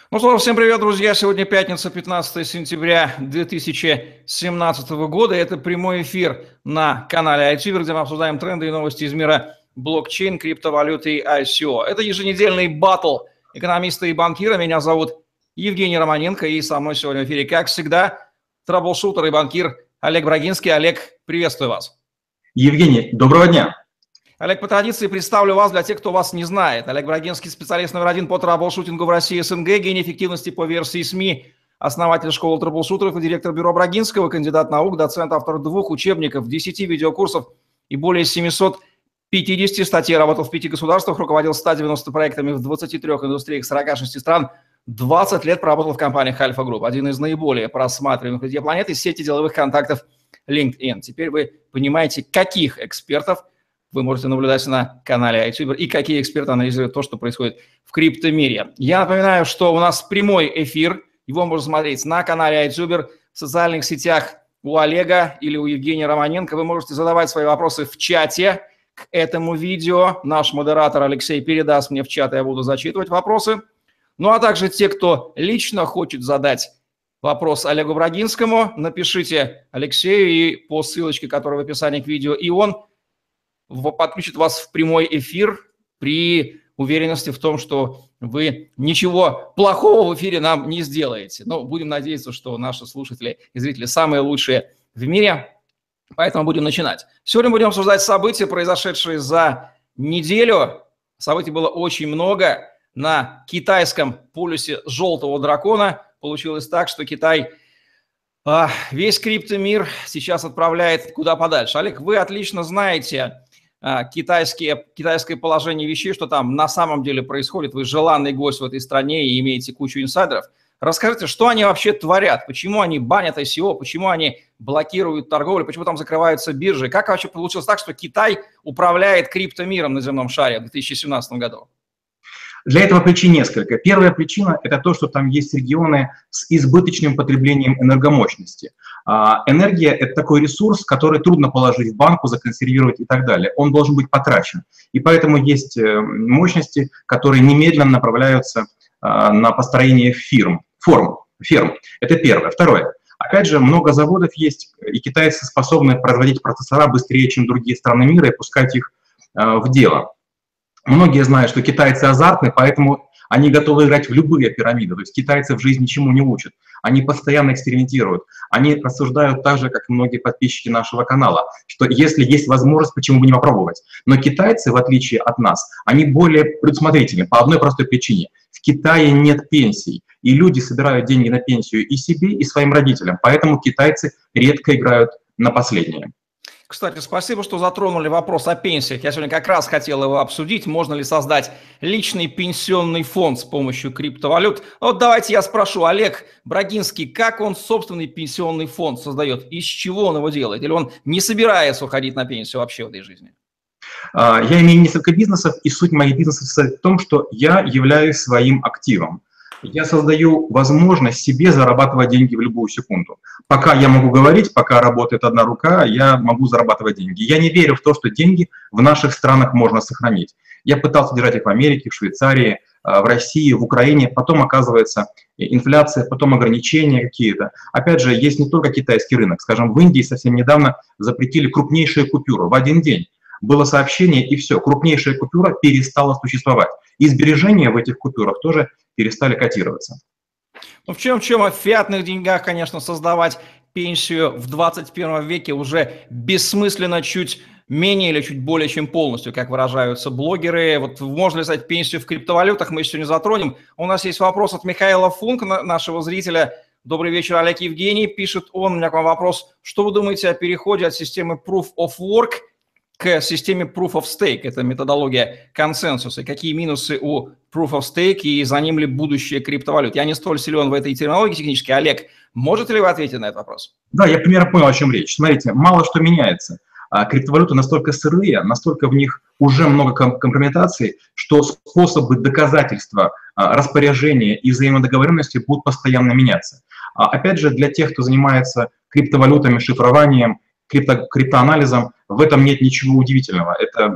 Ну что, всем привет, друзья! Сегодня пятница, 15 сентября 2017 года. Это прямой эфир на канале iTuber, где мы обсуждаем тренды и новости из мира блокчейн, криптовалюты и ICO. Это еженедельный баттл экономиста и банкира. Меня зовут Евгений Романенко, и со мной сегодня в эфире, как всегда, траблшутер и банкир Олег Брагинский. Олег, приветствую вас. Евгений, доброго дня. Олег, по традиции представлю вас для тех, кто вас не знает. Олег Брагинский, специалист номер один по траблшутингу в России и СНГ, гений эффективности по версии СМИ, основатель школы траблшутеров и директор бюро Брагинского, кандидат наук, доцент, автор 2 учебников, 10 видеокурсов и более 750 статей, работал в 5 государствах, руководил 190 проектами в 23 индустриях 46 стран, 20 лет проработал в компаниях Альфа Групп, один из наиболее просматриваемых людей планеты, сети деловых контактов LinkedIn. Теперь вы понимаете, каких экспертов вы можете наблюдать на канале iTuber и какие эксперты анализируют то, что происходит в криптомире. Я напоминаю, что у нас прямой эфир, его можно смотреть на канале iTuber, в социальных сетях у Олега или у Евгения Романенко. Вы можете задавать свои вопросы в чате к этому видео. Наш модератор Алексей передаст мне в чат, и я буду зачитывать вопросы. Ну а также те, кто лично хочет задать вопрос Олегу Брагинскому, напишите Алексею и по ссылочке, которая в описании к видео, и он подключит вас в прямой эфир при уверенности в том, что вы ничего плохого в эфире нам не сделаете. Но будем надеяться, что наши слушатели и зрители самые лучшие в мире, поэтому будем начинать. Сегодня будем обсуждать события, произошедшие за неделю. Событий было очень много. На китайском полюсе желтого дракона получилось так, что Китай весь криптомир сейчас отправляет куда подальше. Олег, вы отлично знаете китайское положение вещей, что там на самом деле происходит. Вы желанный гость в этой стране и имеете кучу инсайдеров. Расскажите, что они вообще творят? Почему они банят ICO? Почему они блокируют торговлю? Почему там закрываются биржи? Как вообще получилось так, что Китай управляет криптомиром на земном шаре в 2017 году? Для этого причин несколько. Первая причина – это то, что там есть регионы с избыточным потреблением энергомощности. Энергия – это такой ресурс, который трудно положить в банку, законсервировать и так далее. Он должен быть потрачен. И поэтому есть мощности, которые немедленно направляются на построение ферм. Это первое. Второе. Опять же, много заводов есть, и китайцы способны производить процессора быстрее, чем другие страны мира, и пускать их в дело. Многие знают, что китайцы азартны, поэтому они готовы играть в любые пирамиды. То есть китайцы в жизни ничему не учат. Они постоянно экспериментируют. Они рассуждают так же, как и многие подписчики нашего канала, что если есть возможность, почему бы не попробовать. Но китайцы, в отличие от нас, они более предусмотрительны по одной простой причине. В Китае нет пенсий, и люди собирают деньги на пенсию и себе, и своим родителям. Поэтому китайцы редко играют на последнее. Кстати, спасибо, что затронули вопрос о пенсиях. Я сегодня как раз хотел его обсудить. Можно ли создать личный пенсионный фонд с помощью криптовалют? Вот давайте я спрошу. Олег Брагинский, как он собственный пенсионный фонд создает? Из чего он его делает? Или он не собирается уходить на пенсию вообще в этой жизни? Я имею несколько бизнесов, и суть моих бизнесов состоит в том, что я являюсь своим активом. Я создаю возможность себе зарабатывать деньги в любую секунду. Пока я могу говорить, пока работает одна рука, я могу зарабатывать деньги. Я не верю в то, что деньги в наших странах можно сохранить. Я пытался держать их в Америке, в Швейцарии, в России, в Украине. Потом, оказывается, инфляция, потом ограничения какие-то. Опять же, есть не только китайский рынок. Скажем, в Индии совсем недавно запретили крупнейшие купюры в один день. Было сообщение, и все, крупнейшая купюра перестала существовать. И сбережения в этих купюрах тоже перестали котироваться. Ну, в чем о фиатных деньгах, конечно, создавать пенсию в 21 веке уже бессмысленно чуть менее или чуть более чем полностью, как выражаются блогеры. Вот можно ли создать пенсию в криптовалютах, мы еще не затронем. У нас есть вопрос от Михаила Функа, нашего зрителя. Добрый вечер, Олег Евгений, пишет он. У меня к вам вопрос. Что вы думаете о переходе от системы Proof of Work к системе Proof of Stake? Это методология консенсуса. Какие минусы у Proof of Stake и за ним ли будущее криптовалют? Я не столь силен в этой терминологии технической. Олег, можете ли вы ответить на этот вопрос? Да, я примерно понял, о чем речь. Смотрите, мало что меняется. Криптовалюты настолько сырые, настолько в них уже много компрометаций, что способы доказательства распоряжения и взаимодоговоренности будут постоянно меняться. Опять же, для тех, кто занимается криптовалютами, шифрованием, криптоанализом, в этом нет ничего удивительного. Это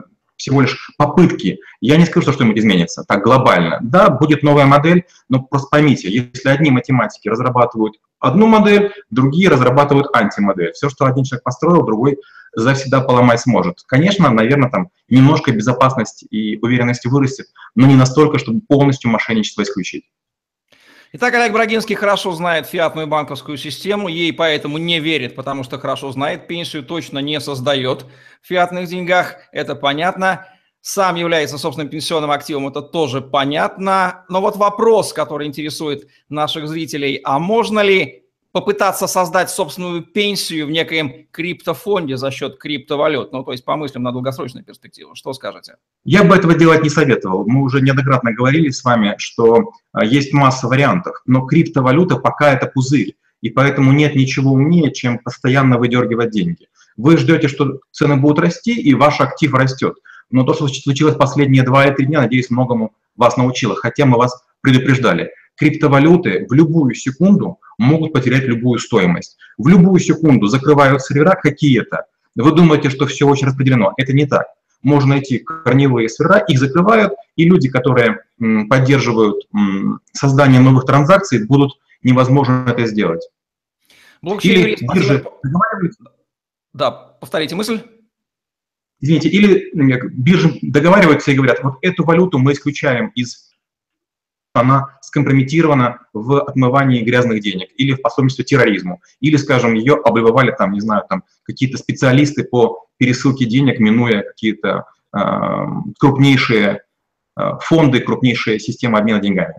всего лишь попытки. Я не скажу, что что-нибудь изменится так глобально. Да, будет новая модель, но просто поймите, если одни математики разрабатывают одну модель, другие разрабатывают антимодель. Все, что один человек построил, другой завсегда поломать сможет. Конечно, наверное, там немножко безопасность и уверенность вырастет, но не настолько, чтобы полностью мошенничество исключить. Итак, Олег Брагинский хорошо знает фиатную банковскую систему, ей поэтому не верит, потому что хорошо знает, пенсию точно не создает в фиатных деньгах, это понятно. Сам является собственным пенсионным активом, это тоже понятно. Но вот вопрос, который интересует наших зрителей, а можно ли попытаться создать собственную пенсию в некоем криптофонде за счет криптовалют? Ну, то есть помыслим на долгосрочную перспективу. Что скажете? Я бы этого делать не советовал. Мы уже неоднократно говорили с вами, что есть масса вариантов, но криптовалюта пока это пузырь, и поэтому нет ничего умнее, чем постоянно выдергивать деньги. Вы ждете, что цены будут расти, и ваш актив растет. Но то, что случилось последние 2 или 3 дня, надеюсь, многому вас научило, хотя мы вас предупреждали. Криптовалюты в любую секунду могут потерять любую стоимость. В любую секунду закрывают сервера какие-то. Вы думаете, что все очень распределено. Это не так. Можно найти корневые сервера, их закрывают, и люди, которые поддерживают создание новых транзакций, будут невозможно это сделать. Или биржи договариваются? Да, повторите мысль. Извините, или биржи договариваются и говорят, вот эту валюту мы исключаем из... Она скомпрометирована в отмывании грязных денег или в пособничестве терроризму, или, скажем, ее облюбовали там, не знаю, там какие-то специалисты по пересылке денег, минуя какие-то крупнейшие фонды, крупнейшие системы обмена деньгами.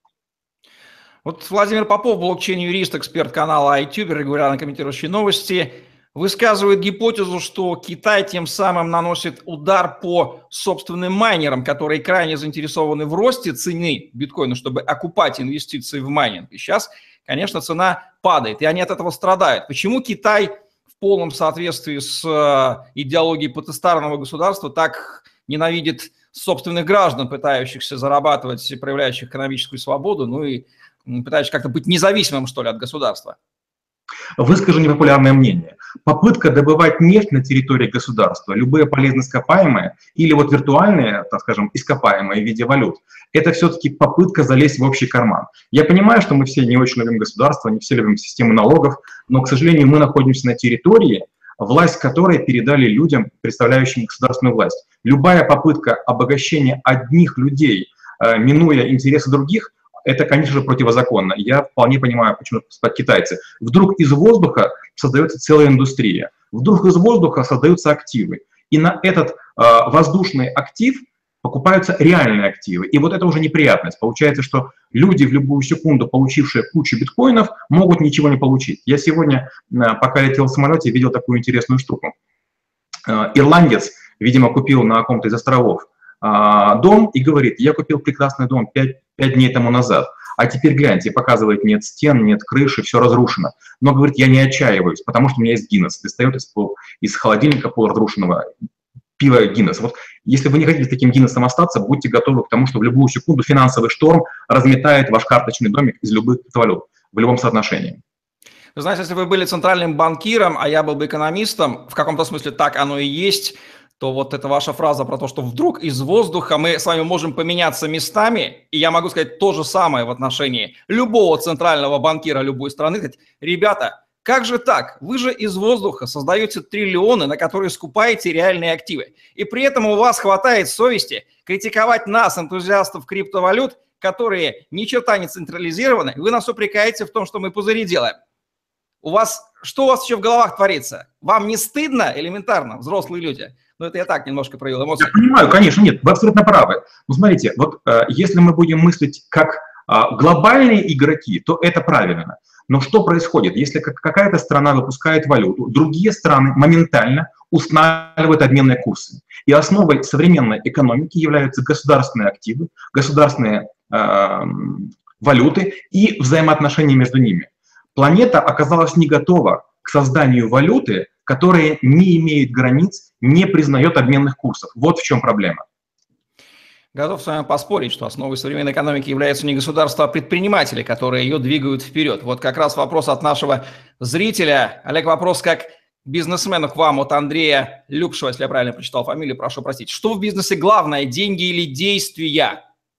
Вот Владимир Попов, блокчейн-юрист, эксперт канала iTuber, регулярно комментирующий новости, высказывает гипотезу, что Китай тем самым наносит удар по собственным майнерам, которые крайне заинтересованы в росте цены биткоина, чтобы окупать инвестиции в майнинг. И сейчас, конечно, цена падает, и они от этого страдают. Почему Китай в полном соответствии с идеологией потестарного государства так ненавидит собственных граждан, пытающихся зарабатывать и проявляющих экономическую свободу, ну и пытающихся как-то быть независимым, что ли, от государства? Выскажу непопулярное мнение. Попытка добывать нефть на территории государства, любые полезные ископаемые или вот виртуальные, так скажем, ископаемые в виде валют, это все-таки попытка залезть в общий карман. Я понимаю, что мы все не очень любим государство, не все любим систему налогов, но, к сожалению, мы находимся на территории, власть которой передали людям, представляющим государственную власть. Любая попытка обогащения одних людей, минуя интересы других, это, конечно же, противозаконно. Я вполне понимаю, почему китайцы. Вдруг из воздуха создается целая индустрия. Вдруг из воздуха создаются активы. И на этот воздушный актив покупаются реальные активы. И вот это уже неприятность. Получается, что люди в любую секунду, получившие кучу биткоинов, могут ничего не получить. Я сегодня, пока летел в самолете, видел такую интересную штуку. Ирландец, видимо, купил на каком-то из островов дом и говорит, я купил прекрасный дом 5 дней тому назад, а теперь гляньте, показывает, нет стен, нет крыши, все разрушено. Но, говорит, я не отчаиваюсь, потому что у меня есть Гиннес. Достает из холодильника полуразрушенного пива Гиннес. Вот если вы не хотите таким Гиннесом остаться, будьте готовы к тому, что в любую секунду финансовый шторм разметает ваш карточный домик из любых валют, в любом соотношении. Вы знаете, если бы вы были центральным банкиром, а я был бы экономистом, в каком-то смысле так оно и есть, то вот эта ваша фраза про то, что вдруг из воздуха мы с вами можем поменяться местами, и я могу сказать то же самое в отношении любого центрального банкира любой страны, сказать, ребята, как же так? Вы же из воздуха создаете триллионы, на которые скупаете реальные активы, и при этом у вас хватает совести критиковать нас, энтузиастов криптовалют, которые ни черта не централизированы, вы нас упрекаете в том, что мы пузыри делаем. Что у вас еще в головах творится? Вам не стыдно элементарно, взрослые люди? Ну, это я так немножко проявил эмоции. Я понимаю, конечно, нет, вы абсолютно правы. Но смотрите, вот если мы будем мыслить как глобальные игроки, то это правильно. Но что происходит? Если какая-то страна выпускает валюту, другие страны моментально устанавливают обменные курсы. И основой современной экономики являются государственные активы, государственные валюты и взаимоотношения между ними. Планета оказалась не готова к созданию валюты, которая не имеет границ, не признает обменных курсов. Вот в чем проблема. Готов с вами поспорить, что основой современной экономики являются не государства, а предприниматели, которые ее двигают вперед. Вот как раз вопрос от нашего зрителя. Олег, вопрос как бизнесмену к вам от Андрея Любшева, если я правильно прочитал фамилию, прошу простить. Что в бизнесе главное, деньги или действия?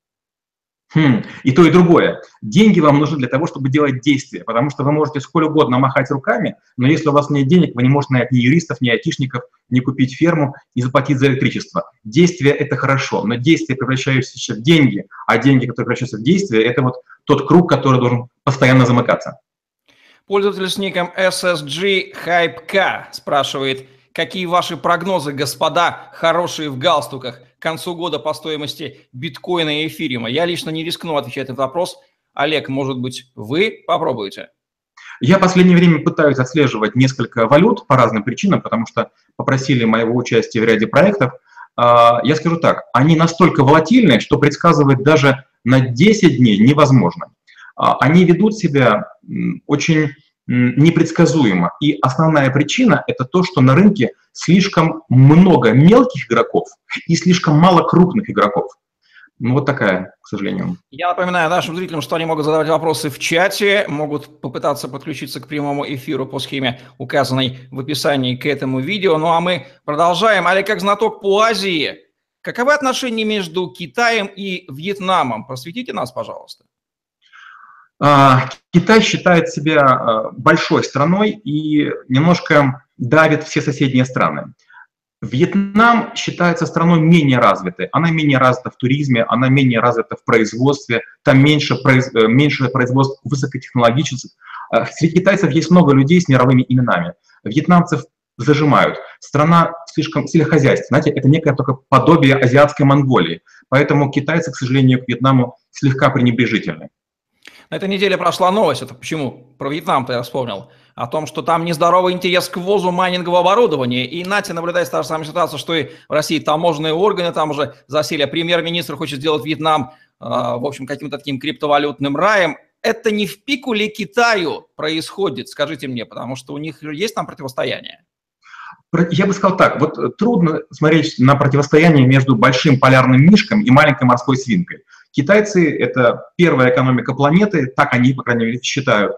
И то, и другое. Деньги вам нужны для того, чтобы делать действия, потому что вы можете сколь угодно махать руками, но если у вас нет денег, вы не можете нанять ни юристов, ни айтишников, ни купить ферму, ни заплатить за электричество. Действия – это хорошо, но действия, превращающиеся в деньги, а деньги, которые превращаются в действия, это вот тот круг, который должен постоянно замыкаться. Пользователь с ником SSG HypeK спрашивает, какие ваши прогнозы, господа, хорошие в галстуках, к концу года по стоимости биткоина и эфириума? Я лично не рискну отвечать на этот вопрос. Олег, может быть, вы попробуете? Я в последнее время пытаюсь отслеживать несколько валют по разным причинам, потому что попросили моего участия в ряде проектов. Я скажу так, они настолько волатильны, что предсказывать даже на 10 дней невозможно. Они ведут себя очень непредсказуемо. И основная причина – это то, что на рынке слишком много мелких игроков и слишком мало крупных игроков. Ну, вот такая, к сожалению. Я напоминаю нашим зрителям, что они могут задавать вопросы в чате, могут попытаться подключиться к прямому эфиру по схеме, указанной в описании к этому видео. Ну а мы продолжаем. Олег, как знаток по Азии, каковы отношения между Китаем и Вьетнамом? Просветите нас, пожалуйста. Китай считает себя большой страной и немножко давит все соседние страны. Вьетнам считается страной менее развитой. Она менее развита в туризме, она менее развита в производстве, там меньше производств высокотехнологических. Среди китайцев есть много людей с мировыми именами. Вьетнамцев зажимают. Страна слишком сельскохозяйственная. Знаете, это некое только подобие азиатской Монголии. Поэтому китайцы, к сожалению, к Вьетнаму слегка пренебрежительны. На этой неделе прошла новость, это почему про Вьетнам-то я вспомнил, о том, что там нездоровый интерес к ввозу майнингового оборудования. И нате наблюдается та же самая ситуация, что и в России таможенные органы там уже засели. Премьер-министр хочет сделать Вьетнам, в общем, каким-то таким криптовалютным раем. Это не в пику ли Китаю происходит, скажите мне, потому что у них есть там противостояние? Я бы сказал так, вот трудно смотреть на противостояние между большим полярным мишком и маленькой морской свинкой. Китайцы – это первая экономика планеты, так они, по крайней мере, считают,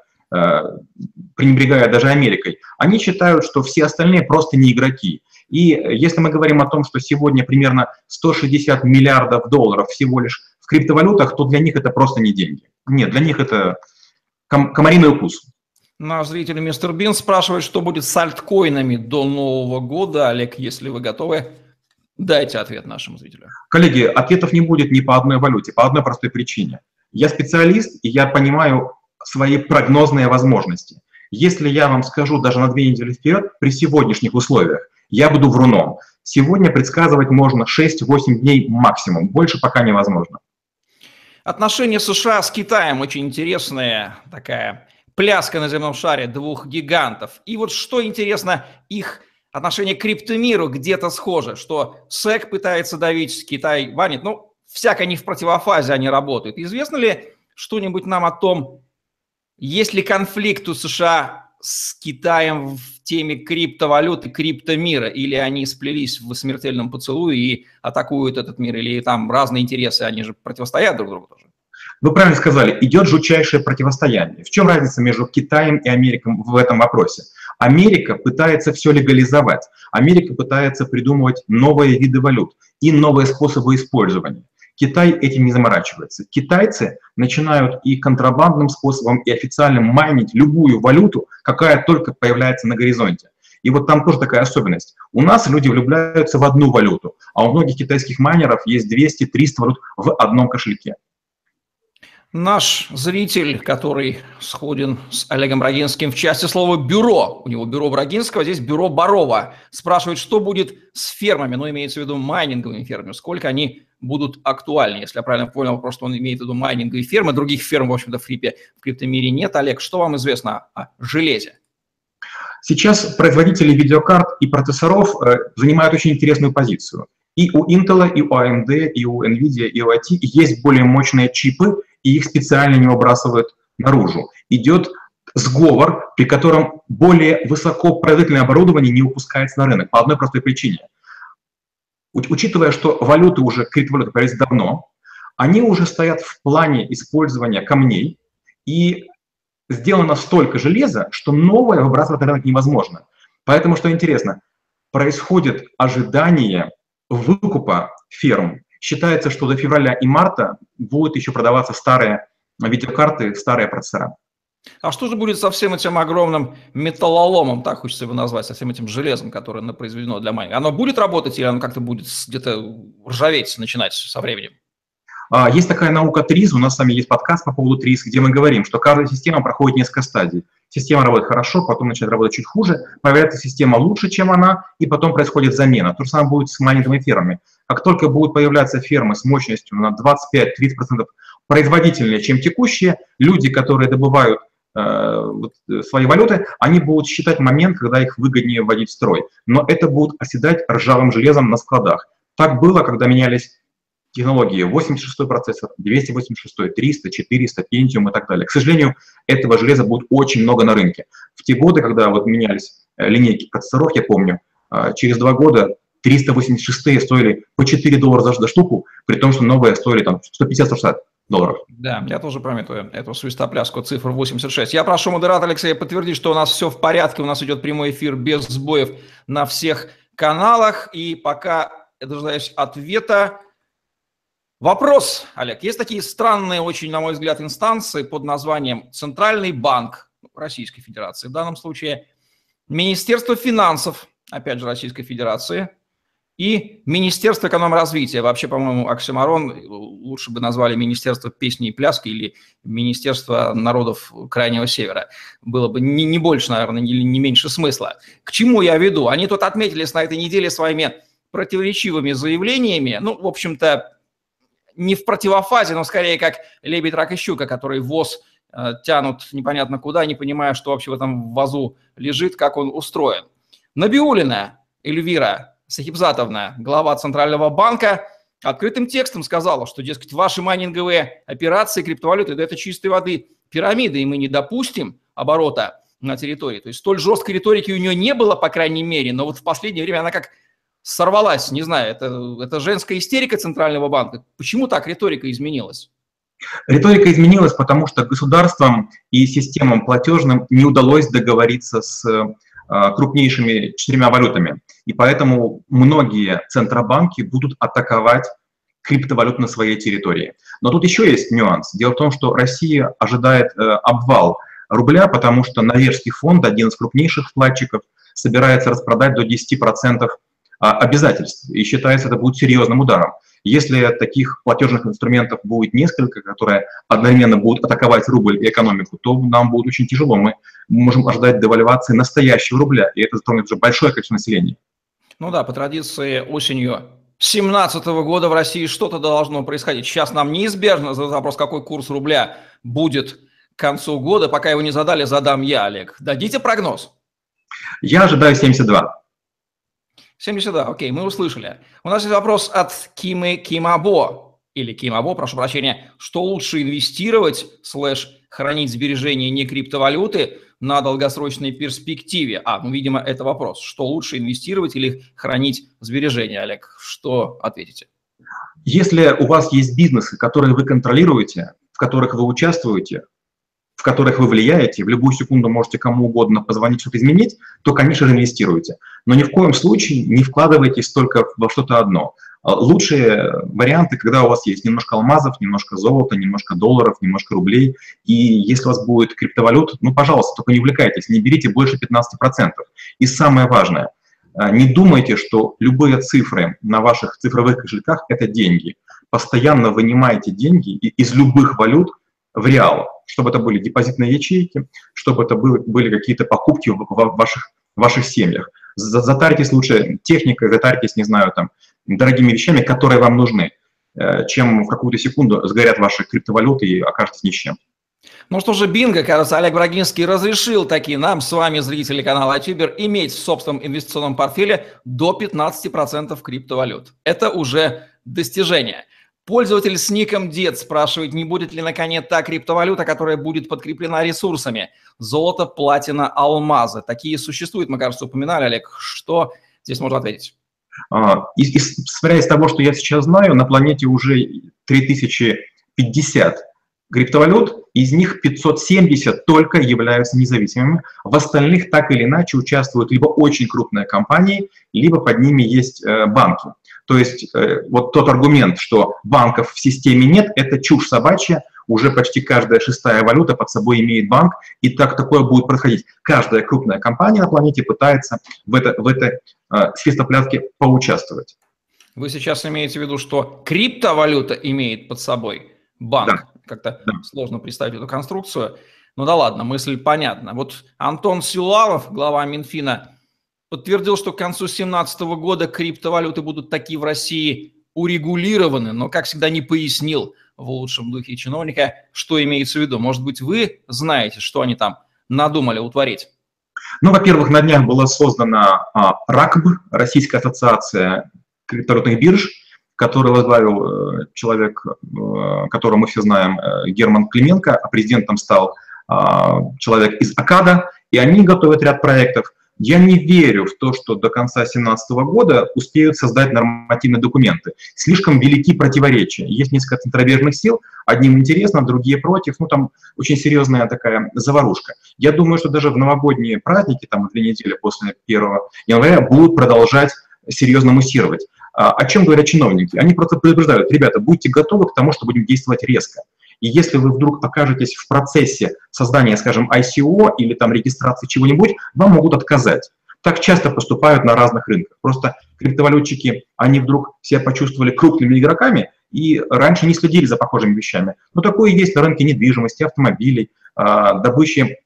пренебрегая даже Америкой. Они считают, что все остальные просто не игроки. И если мы говорим о том, что сегодня примерно 160 миллиардов долларов всего лишь в криптовалютах, то для них это просто не деньги. Нет, для них это комариный укус. Наш зритель мистер Бин спрашивает, что будет с альткоинами до Нового года. Олег, если вы готовы, дайте ответ нашему зрителю. Коллеги, ответов не будет ни по одной валюте, по одной простой причине. Я специалист, и я понимаю свои прогнозные возможности. Если я вам скажу даже на 2 недели вперед, при сегодняшних условиях, я буду вруном. Сегодня предсказывать можно 6-8 дней максимум, больше пока невозможно. Отношения США с Китаем очень интересная такая пляска на земном шаре двух гигантов. И вот что интересно, их отношение к криптомиру где-то схоже, что СЭК пытается давить, Китай ванит, ну, всяко не в противофазе они работают. Известно ли что-нибудь нам о том, есть ли конфликт у США с Китаем в теме криптовалюты, криптомира, или они сплелись в смертельном поцелуе и атакуют этот мир, или там разные интересы, они же противостоят друг другу тоже? Вы правильно сказали, идет жутчайшее противостояние. В чем разница между Китаем и Америкой в этом вопросе? Америка пытается все легализовать. Америка пытается придумывать новые виды валют и новые способы использования. Китай этим не заморачивается. Китайцы начинают и контрабандным способом, и официальным майнить любую валюту, какая только появляется на горизонте. И вот там тоже такая особенность. У нас люди влюбляются в одну валюту, а у многих китайских майнеров есть 200-300 валют в одном кошельке. Наш зритель, который сходен с Олегом Брагинским в части слова «бюро», у него бюро Брагинского, здесь бюро Барова, спрашивает, что будет с фермами, ну, имеется в виду майнинговыми фермами, сколько они будут актуальны. Если я правильно понял вопрос, что он имеет в виду майнинговые фермы, других ферм, в общем-то, в криптомире нет. Олег, что вам известно о железе? Сейчас производители видеокарт и процессоров занимают очень интересную позицию. И у Intel, и у AMD, и у NVIDIA, и у AT есть более мощные чипы, и их специально не выбрасывают наружу. Идет сговор, при котором более высокопроизводительное оборудование не выпускается на рынок по одной простой причине. Учитывая, что валюты уже, криптовалюты появились давно, они уже стоят в плане использования камней, и сделано столько железа, что новое выбрасывать на рынок невозможно. Поэтому, что интересно, происходит ожидание выкупа ферм. Считается, что до февраля и марта будут еще продаваться старые видеокарты, старые процессора. А что же будет со всем этим огромным металлоломом, так хочется его назвать, со всем этим железом, которое произведено для майнинга? Оно будет работать или оно как-то будет где-то ржаветь, начинать со временем? Есть такая наука ТРИЗ, у нас с вами есть подкаст по поводу ТРИЗ, где мы говорим, что каждая система проходит несколько стадий. Система работает хорошо, потом начинает работать чуть хуже, появляется система лучше, чем она, и потом происходит замена. То же самое будет с майнинговыми фермами. Как только будут появляться фермы с мощностью на 25-30% производительнее, чем текущие, люди, которые добывают свои валюты, они будут считать момент, когда их выгоднее вводить в строй. Но это будут оседать ржавым железом на складах. Так было, когда менялись технологии 86-й процессор, 286-й, 300, 400, Pentium и так далее. К сожалению, этого железа будет очень много на рынке. В те годы, когда вот менялись линейки процессоров, я помню, через 2 года 386-е стоили по $4 за штуку, при том, что новые стоили там 150-160 долларов. Да, я тоже помню эту свистопляску цифр 86. Я прошу модератора Алексея подтвердить, что у нас все в порядке, у нас идет прямой эфир без сбоев на всех каналах. И пока я дожидаюсь ответа. Вопрос, Олег. Есть такие странные, очень, на мой взгляд, инстанции под названием Центральный банк Российской Федерации, в данном случае Министерство финансов, опять же, Российской Федерации, и Министерство экономразвития. Вообще, по-моему, оксиморон, лучше бы назвали Министерство песни и пляски или Министерство народов Крайнего Севера. Было бы не больше, наверное, не меньше смысла. К чему я веду? Они тут отметились на этой неделе своими противоречивыми заявлениями. Ну, в общем-то, не в противофазе, но скорее как лебедь, рак и щука, которые ВОЗ тянут непонятно куда, не понимая, что вообще в этом вазу лежит, как он устроен. Набиуллина Эльвира Сахибзатовна, глава Центрального банка, открытым текстом сказала, что, дескать, ваши майнинговые операции, криптовалюты, да это чистой воды пирамиды, и мы не допустим оборота на территории. То есть столь жесткой риторики у нее не было, по крайней мере, но вот в последнее время она как сорвалась, не знаю, это женская истерика Центрального банка. Почему так риторика изменилась? Риторика изменилась, потому что государствам и системам платежным не удалось договориться с крупнейшими 4 валютами. И поэтому многие центробанки будут атаковать криптовалют на своей территории. Но тут еще есть нюанс. Дело в том, что Россия ожидает обвал рубля, потому что Норвежский фонд, один из крупнейших вкладчиков, собирается распродать до 10% обязательств. И считается, это будет серьезным ударом. Если таких платежных инструментов будет несколько, которые одновременно будут атаковать рубль и экономику, то нам будет очень тяжело. Мы можем ожидать девальвации настоящего рубля, и это затронет уже большое количество населения. Ну да, по традиции осенью 2017 года в России что-то должно происходить. Сейчас нам неизбежно задать вопрос, какой курс рубля будет к концу года. Пока его не задали, задам я, Олег. Дадите прогноз? Я ожидаю 72. 72, окей, мы услышали. У нас есть вопрос от Кимы Кимабо, или Кимабо, прошу прощения. Что лучше инвестировать, хранить сбережения не криптовалюты на долгосрочной перспективе? Видимо, это вопрос. Что лучше инвестировать или хранить сбережения, Олег? Что ответите? Если у вас есть бизнесы, которые вы контролируете, в которых вы участвуете, в которых вы влияете, в любую секунду можете кому угодно позвонить, что-то изменить, то, конечно же, инвестируйте. Но ни в коем случае не вкладывайтесь только во что-то одно. Лучшие варианты, когда у вас есть немножко алмазов, немножко золота, немножко долларов, немножко рублей. И если у вас будет криптовалют, пожалуйста, только не увлекайтесь, не берите больше 15%. И самое важное, не думайте, что любые цифры на ваших цифровых кошельках – это деньги. Постоянно вынимайте деньги из любых валют в реал, чтобы это были депозитные ячейки, чтобы это были какие-то покупки в ваших семьях. Затарьтесь лучше техникой, затарьтесь, не знаю, дорогими вещами, которые вам нужны, чем в какую-то секунду сгорят ваши криптовалюты и окажетесь ни с чем. Ну что же, бинго, кажется, Олег Брагинский разрешил таки нам, с вами, зрители канала iTuber, иметь в собственном инвестиционном портфеле до 15% криптовалют. Это уже достижение. Пользователь с ником Дед спрашивает, не будет ли наконец та криптовалюта, которая будет подкреплена ресурсами. Золото, платина, алмазы. Такие существуют, мы, кажется, упоминали, Олег. Что здесь можно ответить? Исходя из того, что я сейчас знаю, на планете уже 3050 криптовалют, из них 570 только являются независимыми. В остальных так или иначе участвуют либо очень крупные компании, либо под ними есть банки. То есть вот тот аргумент, что банков в системе нет, это чушь собачья. Уже почти каждая шестая валюта под собой имеет банк, и такое будет происходить. Каждая крупная компания на планете пытается в этой свистопляске поучаствовать. Вы сейчас имеете в виду, что криптовалюта имеет под собой банк? Да. Как-то сложно представить эту конструкцию. Ну да ладно, мысль понятна. Вот Антон Силуаров, глава Минфина, подтвердил, что к концу 2017 года криптовалюты будут такие в России урегулированы, но, как всегда, не пояснил в лучшем духе чиновника, что имеется в виду. Может быть, вы знаете, что они там надумали утворить? Ну, во-первых, на днях была создана РАКБ, Российская ассоциация криптовалютных бирж, который возглавил человек, которого мы все знаем, Герман Клименко, а президентом стал человек из АКАДа, и они готовят ряд проектов. Я не верю в то, что до конца 2017 года успеют создать нормативные документы. Слишком велики противоречия. Есть несколько центробежных сил, одним интересно, другие против. Ну, там очень серьезная такая заварушка. Я думаю, что даже в новогодние праздники, там 2 недели после 1 января, будут продолжать серьезно муссировать. О чем говорят чиновники? Они просто предупреждают: ребята, будьте готовы к тому, что будем действовать резко. И если вы вдруг окажетесь в процессе создания, скажем, ICO или там регистрации чего-нибудь, вам могут отказать. Так часто поступают на разных рынках. Просто криптовалютчики, они вдруг себя почувствовали крупными игроками и раньше не следили за похожими вещами. Но такое есть на рынке недвижимости, автомобилей, добычи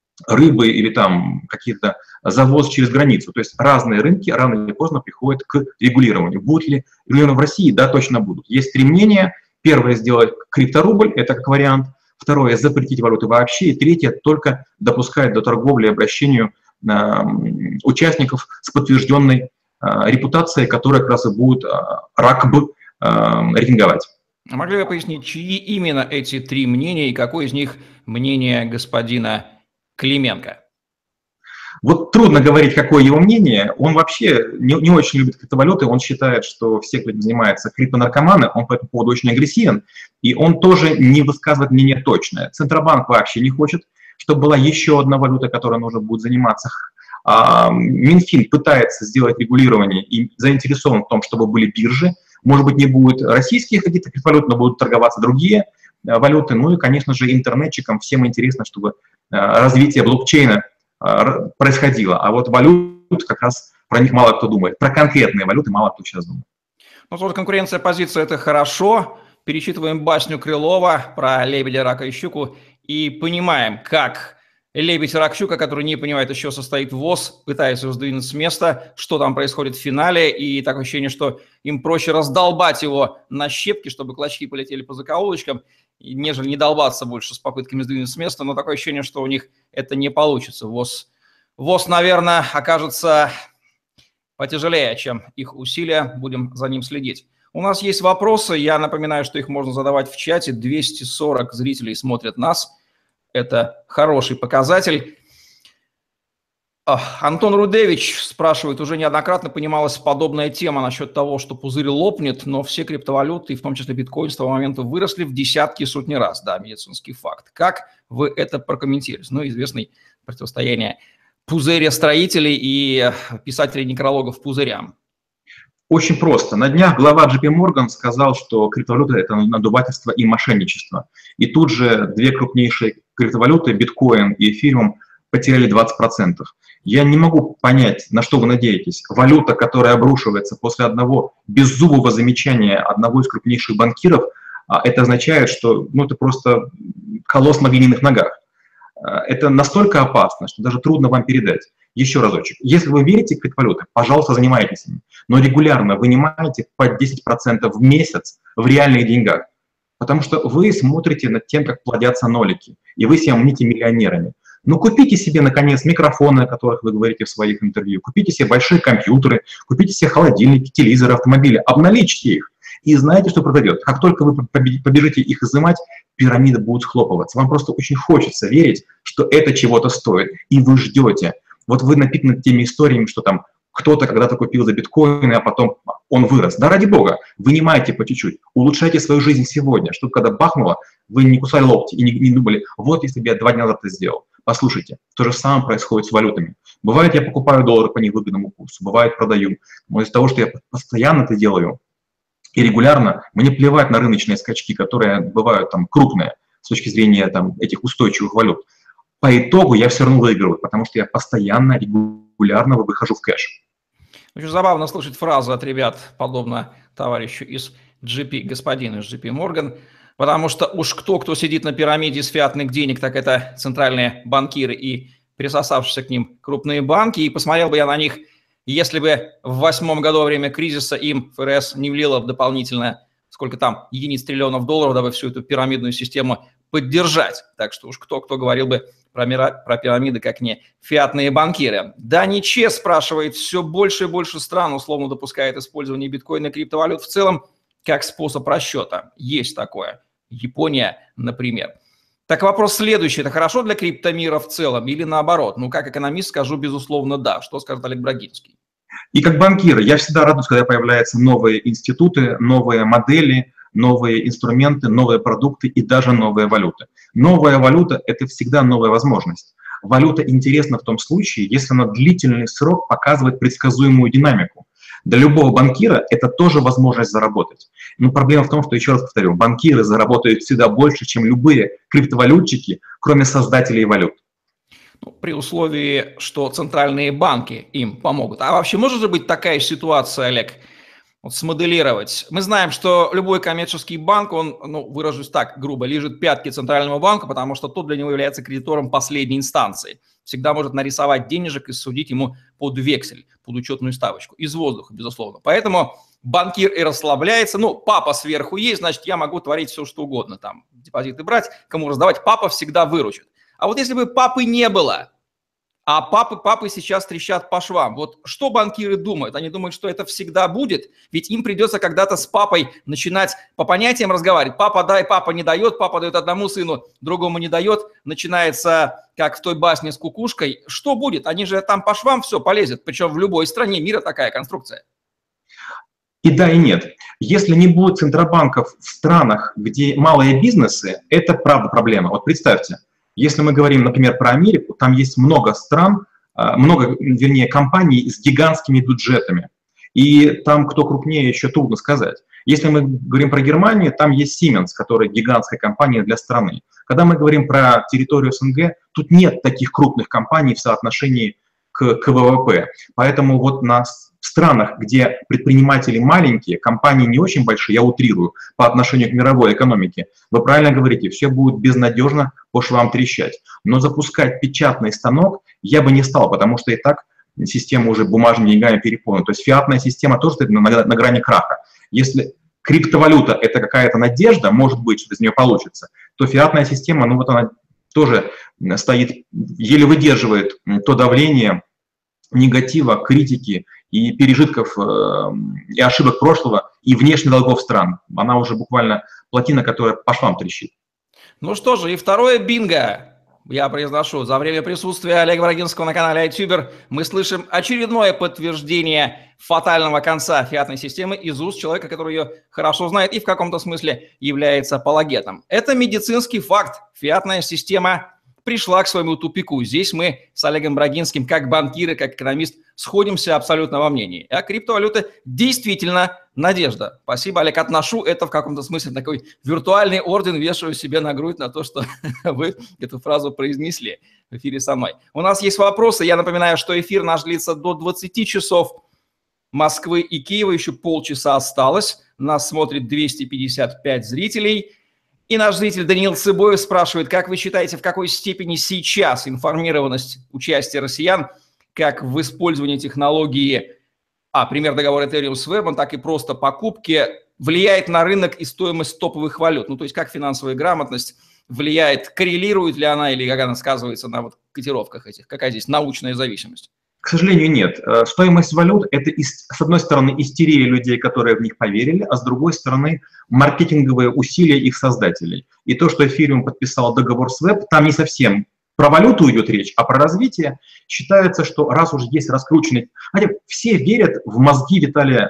рыбы или там какие-то завоз через границу. То есть разные рынки рано или поздно приходят к регулированию. Будут ли регулированы в России? Да, точно будут. Есть 3 мнения. Первое — сделать крипторубль, это как вариант. Второе — запретить валюты вообще. И третье — только допускать до торговли и обращению участников с подтвержденной репутацией, которая как раз и будет РАКБ рейтинговать. А могли бы пояснить, чьи именно эти 3 мнения и какое из них мнение господина Клименко? Вот трудно говорить, какое его мнение. Он вообще не очень любит криптовалюты. Он считает, что все, кто этим занимается, криптонаркоманы. Он по этому поводу очень агрессивен. И он тоже не высказывает мнение точное. Центробанк вообще не хочет, чтобы была еще одна валюта, которой нужно будет заниматься. Минфин пытается сделать регулирование и заинтересован в том, чтобы были биржи. Может быть, не будет российских каких-то криптовалют, но будут торговаться другие валюты. Ну и, конечно же, интернетчикам всем интересно, чтобы развитие блокчейна происходило. А вот валют как раз про них мало кто думает. Про конкретные валюты мало кто сейчас думает. Ну, вот конкуренция позиции – это хорошо. Перечитываем басню Крылова про лебедя, рака и щуку и понимаем, как лебедь, рак, щука, который не понимает, из чего состоит ВОЗ, пытается его сдвинуть с места, что там происходит в финале, и такое ощущение, что им проще раздолбать его на щепки, чтобы клочки полетели по закоулочкам, нежели не долбаться больше с попытками сдвинуть с места, но такое ощущение, что у них это не получится. ВОЗ, наверное, окажется потяжелее, чем их усилия, будем за ним следить. У нас есть вопросы, я напоминаю, что их можно задавать в чате, 240 зрителей смотрят нас, это хороший показатель. Антон Рудевич спрашивает, уже неоднократно понималась подобная тема насчет того, что пузырь лопнет, но все криптовалюты, в том числе биткоин, с того момента выросли в десятки и сотни раз. Да, медицинский факт. Как вы это прокомментируете? Ну, известное противостояние пузырестроителей и писателей-некрологов пузырям. Очень просто. На днях глава JP Morgan сказал, что криптовалюта – это надувательство и мошенничество. И тут же 2 крупнейшие криптовалюты, биткоин и эфириум, потеряли 20%. Я не могу понять, на что вы надеетесь. Валюта, которая обрушивается после одного беззубого замечания одного из крупнейших банкиров, это означает, что это просто колосс на глиняных ногах. Это настолько опасно, что даже трудно вам передать. Еще разочек. Если вы верите в криптовалюты, пожалуйста, занимайтесь ими. Но регулярно вынимайте по 10% в месяц в реальных деньгах. Потому что вы смотрите над тем, как плодятся нолики. И вы себя мните миллионерами. Ну, купите себе, наконец, микрофоны, о которых вы говорите в своих интервью. Купите себе большие компьютеры, купите себе холодильники, телевизоры, автомобили. Обналичьте их. И знаете, что произойдет? Как только вы побежите их изымать, пирамида будет схлопываться. Вам просто очень хочется верить, что это чего-то стоит. И вы ждете. Вот вы напитаны теми историями, что там кто-то когда-то купил за биткоины, а потом он вырос. Да ради бога, вынимайте по чуть-чуть, улучшайте свою жизнь сегодня, чтобы когда бахнуло, вы не кусали локти и не думали, вот если бы я 2 дня назад это сделал. Послушайте, то же самое происходит с валютами. Бывает, я покупаю доллары по невыгодному курсу, бывает, продаю. Но из-за того, что я постоянно это делаю и регулярно, мне плевать на рыночные скачки, которые бывают там крупные с точки зрения там, этих устойчивых валют. По итогу я все равно выигрываю, потому что я постоянно, регулярно выхожу в кэш. Очень забавно слышать фразу от ребят, подобно товарищу из господину из JP Morgan, потому что уж кто сидит на пирамиде из фиатных денег, так это центральные банкиры и присосавшиеся к ним крупные банки. И посмотрел бы я на них, если бы в 2008 году во время кризиса им ФРС не влило дополнительно, сколько там, единиц триллионов долларов, дабы всю эту пирамидную систему поддержать. Так что уж кто говорил бы про пирамиды, как не фиатные банкиры. Дани Че спрашивает, все больше и больше стран условно допускает использование биткоина и криптовалют в целом как способ расчета. Есть такое. Япония, например. Так вопрос следующий. Это хорошо для криптомира в целом или наоборот? Ну, как экономист скажу, безусловно, да. Что скажет Олег Брагинский? И как банкир я всегда радуюсь, когда появляются новые институты, новые модели, новые инструменты, новые продукты и даже новые валюты. Новая валюта – это всегда новая возможность. Валюта интересна в том случае, если она длительный срок показывает предсказуемую динамику. Для любого банкира это тоже возможность заработать. Но проблема в том, что, еще раз повторю, банкиры заработают всегда больше, чем любые криптовалютчики, кроме создателей валют. При условии, что центральные банки им помогут. А вообще может же быть такая ситуация, Олег, вот смоделировать? Мы знаем, что любой коммерческий банк, он, выражусь так грубо, лижет пятки центральному банку, потому что тот для него является кредитором последней инстанции. Всегда может нарисовать денежек и судить ему под вексель, под учетную ставочку. Из воздуха, безусловно. Поэтому банкир и расслабляется. Папа сверху есть, значит, я могу творить все, что угодно. Там депозиты брать, кому раздавать. Папа всегда выручит. А вот если бы папы не было, а папы сейчас трещат по швам, вот что банкиры думают? Они думают, что это всегда будет, ведь им придется когда-то с папой начинать по понятиям разговаривать. Папа дай, папа не дает, папа дает одному сыну, другому не дает. Начинается, как в той басне с кукушкой. Что будет? Они же там по швам все полезет, причем в любой стране мира такая конструкция. И да, и нет. Если не будет центробанков в странах, где малые бизнесы, это правда проблема. Вот представьте, если мы говорим, например, про Америку, там есть много стран, вернее, компаний с гигантскими бюджетами. И там кто крупнее, еще трудно сказать. Если мы говорим про Германию, там есть Siemens, которая гигантская компания для страны. Когда мы говорим про территорию СНГ, тут нет таких крупных компаний в соотношении к ВВП. Поэтому вот в странах, где предприниматели маленькие, компании не очень большие, я утрирую, по отношению к мировой экономике, вы правильно говорите, все будет безнадежно по швам трещать. Но запускать печатный станок я бы не стал, потому что и так система уже бумажными деньгами переполнена. То есть фиатная система тоже стоит на грани краха. Если криптовалюта – это какая-то надежда, может быть, что из нее получится, то фиатная система, она тоже стоит, еле выдерживает то давление негатива, критики и пережитков и ошибок прошлого и внешних долгов стран. Она уже буквально плотина, которая по швам трещит. Ну что же, и второе бинго я произношу. За время присутствия Олега Брагинского на канале iTuber мы слышим очередное подтверждение фатального конца фиатной системы из уст человека, который ее хорошо знает и в каком-то смысле является апологетом. Это медицинский факт. Фиатная система пришла к своему тупику. Здесь мы с Олегом Брагинским, как банкиры, как экономист, сходимся абсолютно во мнении. А криптовалюта действительно надежда. Спасибо, Олег, отношу это в каком-то смысле такой виртуальный орден, вешаю себе на грудь на то, что вы эту фразу произнесли в эфире со мной. У нас есть вопросы. Я напоминаю, что эфир наш длится до 20 часов Москвы и Киева. Еще полчаса осталось. Нас смотрит 255 зрителей. И наш зритель Даниил Цыбоев спрашивает, как вы считаете, в какой степени сейчас информированность участия россиян как в использовании технологии, пример договора Ethereum с Web, так и просто покупки, влияет на рынок и стоимость топовых валют? То есть как финансовая грамотность влияет, коррелирует ли она или как она сказывается на котировках этих? Какая здесь научная зависимость? К сожалению, нет. Стоимость валют – это, с одной стороны, истерия людей, которые в них поверили, а с другой стороны, маркетинговые усилия их создателей. И то, что Ethereum подписал договор с Web, там не совсем про валюту идет речь, а про развитие. Считается, что раз уже есть раскрученный… Все верят в мозги Виталия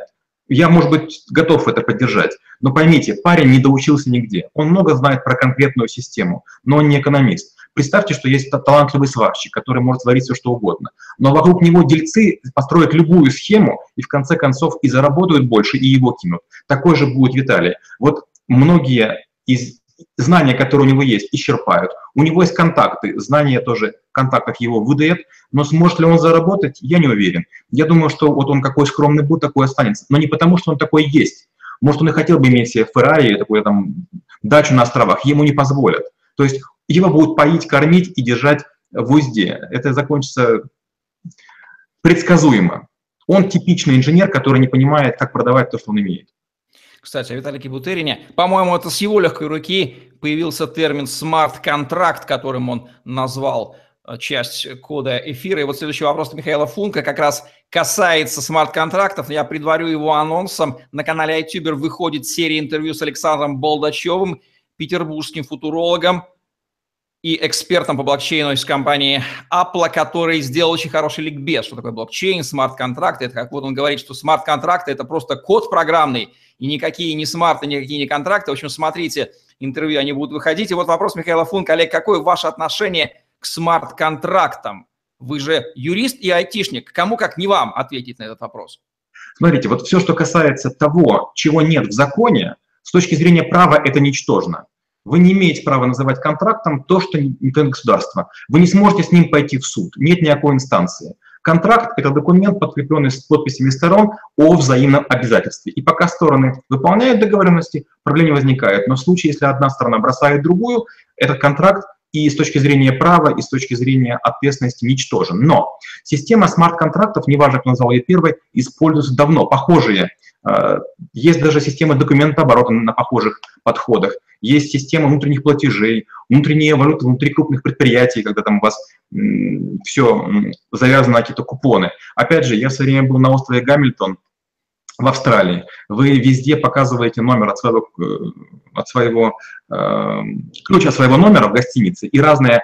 Я, может быть, готов это поддержать, но поймите, парень не доучился нигде. Он много знает про конкретную систему, но он не экономист. Представьте, что есть талантливый сварщик, который может сварить все, что угодно. Но вокруг него дельцы построят любую схему и в конце концов и заработают больше, и его кинут. Такой же будет Виталий. Вот многие из знания, которые у него есть, исчерпают. У него есть контакты, знания тоже в контактах его выдает, но сможет ли он заработать, я не уверен. Я думаю, что вот он какой скромный будет, такой останется. Но не потому, что он такой есть. Может, он и хотел бы иметь себе Феррари, такую там дачу на островах, ему не позволят. То есть его будут поить, кормить и держать в узде. Это закончится предсказуемо. Он типичный инженер, который не понимает, как продавать то, что он имеет. Кстати, о Виталике Бутерине, по-моему, это с его легкой руки появился термин «смарт-контракт», которым он назвал часть кода эфира. И вот следующий вопрос от Михаила Функа как раз касается смарт-контрактов. Я предварю его анонсом. На канале iTuber выходит серия интервью с Александром Болдачевым, петербургским футурологом и экспертом по блокчейну из компании Apple, который сделал очень хороший ликбез, что такое блокчейн, смарт-контракты. Это как вот он говорит, что смарт-контракты – это просто код программный, и никакие не смарты, никакие не контракты. В общем, смотрите, интервью, они будут выходить. И вот вопрос Михаила Функа. Олег, какое ваше отношение к смарт-контрактам? Вы же юрист и айтишник. Кому, как не вам, ответить на этот вопрос? Смотрите, вот все, что касается того, чего нет в законе, с точки зрения права это ничтожно. Вы не имеете права называть контрактом то, что не принадлежит государству. Вы не сможете с ним пойти в суд. Нет никакой инстанции. Контракт – это документ, подкрепленный с подписями сторон о взаимном обязательстве. И пока стороны выполняют договоренности, проблем не возникает. Но в случае, если одна сторона бросает другую, этот контракт и с точки зрения права, и с точки зрения ответственности ничтожен. Но система смарт-контрактов, неважно, кто назвал ее первой, используется давно, похожие. Есть даже система документооборота на похожих подходах. Есть система внутренних платежей, внутренняя валюта внутри крупных предприятий, когда там у вас все завязано на какие-то купоны. Опять же, я в свое время был на острове Гамильтон в Австралии. Вы везде показываете номер ключ от своего номера в гостинице, и разные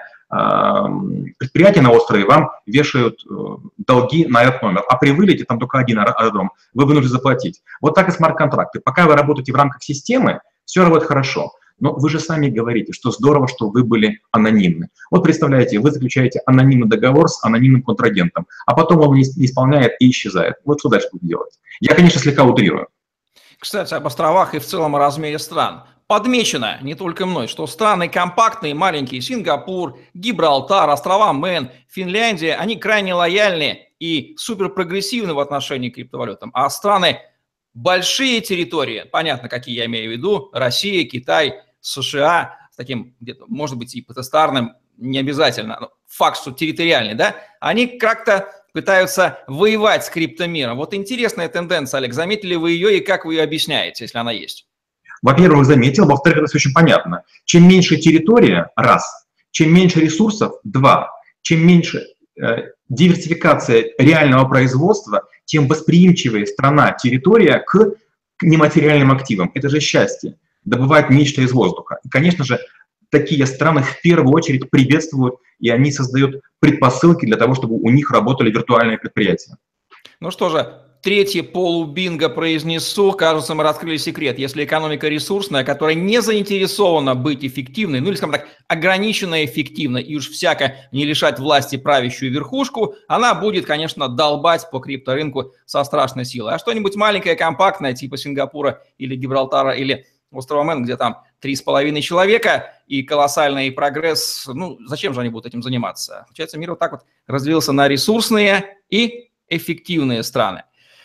предприятия на острове вам вешают долги на этот номер. А при вылете там только один аэродром, вы вынуждены заплатить. Вот так и смарт-контракты. Пока вы работаете в рамках системы, все работает хорошо. Но вы же сами говорите, что здорово, что вы были анонимны. Вот представляете, вы заключаете анонимный договор с анонимным контрагентом, а потом он не исполняет и исчезает. Вот что дальше будете делать? Я, конечно, слегка утрирую. Кстати, об островах и в целом о размере стран. Подмечено, не только мной, что страны компактные, маленькие, Сингапур, Гибралтар, острова Мэн, Финляндия, они крайне лояльны и суперпрогрессивны в отношении к криптовалютам. А страны большие территории, понятно, какие я имею в виду, Россия, Китай, США, с таким где-то, может быть, и потестарным, не обязательно, но факт, что территориальный, да, они как-то пытаются воевать с криптомиром. Вот интересная тенденция, Олег, заметили вы ее и как вы ее объясняете, если она есть? Во-первых, заметил, во-вторых, это все очень понятно. Чем меньше территория, раз, чем меньше ресурсов, два, чем меньше диверсификация реального производства, тем восприимчивее страна, территория к нематериальным активам. Это же счастье. Добывать нечто из воздуха. И, конечно же, такие страны в первую очередь приветствуют, и они создают предпосылки для того, чтобы у них работали виртуальные предприятия. Ну что же, третий полубинго произнесу. Кажется, мы раскрыли секрет. Если экономика ресурсная, которая не заинтересована быть эффективной, ну или, скажем так, ограниченно эффективной, и уж всяко не лишать власти правящую верхушку, она будет, конечно, долбать по крипторынку со страшной силой. А что-нибудь маленькое, компактное, типа Сингапура или Гибралтара или острова Мэн, где там 3,5 человека и колоссальный прогресс, ну, зачем же они будут этим заниматься? Получается, мир вот так вот разделился на ресурсные и эффективные страны.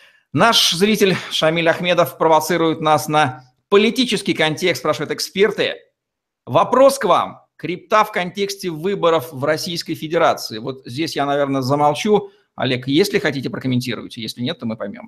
Наш зритель Шамиль Ахмедов провоцирует нас на политический контекст, спрашивают эксперты. Вопрос к вам. Крипта в контексте выборов в Российской Федерации. Вот здесь я, наверное, замолчу. Олег, если хотите, прокомментируйте. Если нет, то мы поймем.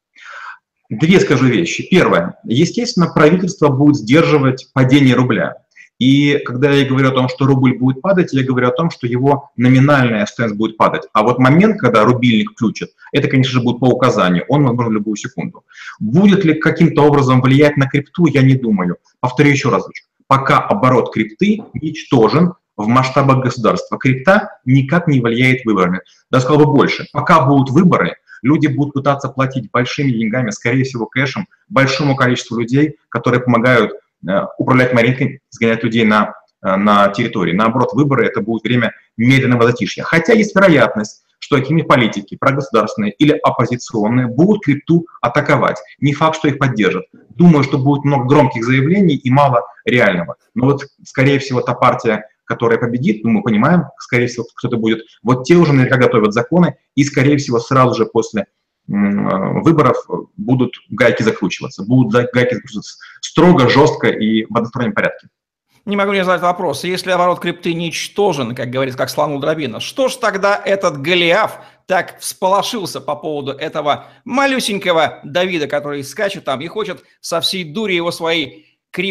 Две скажу вещи. Первое. Естественно, правительство будет сдерживать падение рубля. И когда я говорю о том, что рубль будет падать, я говорю о том, что его номинальная стоимость будет падать. А вот момент, когда рубильник включат, это, конечно же, будет по указанию. Он возможен в любую секунду. Будет ли каким-то образом влиять на крипту, я не думаю. Повторю еще разочек. Пока оборот крипты ничтожен в масштабах государства. Крипта никак не влияет выборами. Да, сказал бы больше. Пока будут выборы, Люди будут пытаться платить большими деньгами, скорее всего, кэшем, большому количеству людей, которые помогают управлять рынком, сгонять людей на территории. Наоборот, выборы — это будет время медленного затишья. Хотя есть вероятность, что какие-нибудь политики, прогосударственные или оппозиционные, будут крипту атаковать. Не факт, что их поддержат. Думаю, что будет много громких заявлений и мало реального. Но вот, скорее всего, та партия, которая победит, мы понимаем, скорее всего, кто-то будет, вот те уже наверняка готовят законы, и, скорее всего, сразу же после выборов будут гайки закручиваться. Будут гайки закручиваться строго, жестко и в одностороннем порядке. Не могу не задать вопрос. Если оборот крипты ничтожен, как говорится, как слон у дробина, что ж тогда этот Голиаф так всполошился по поводу этого малюсенького Давида, который скачет там и хочет со всей дури его своей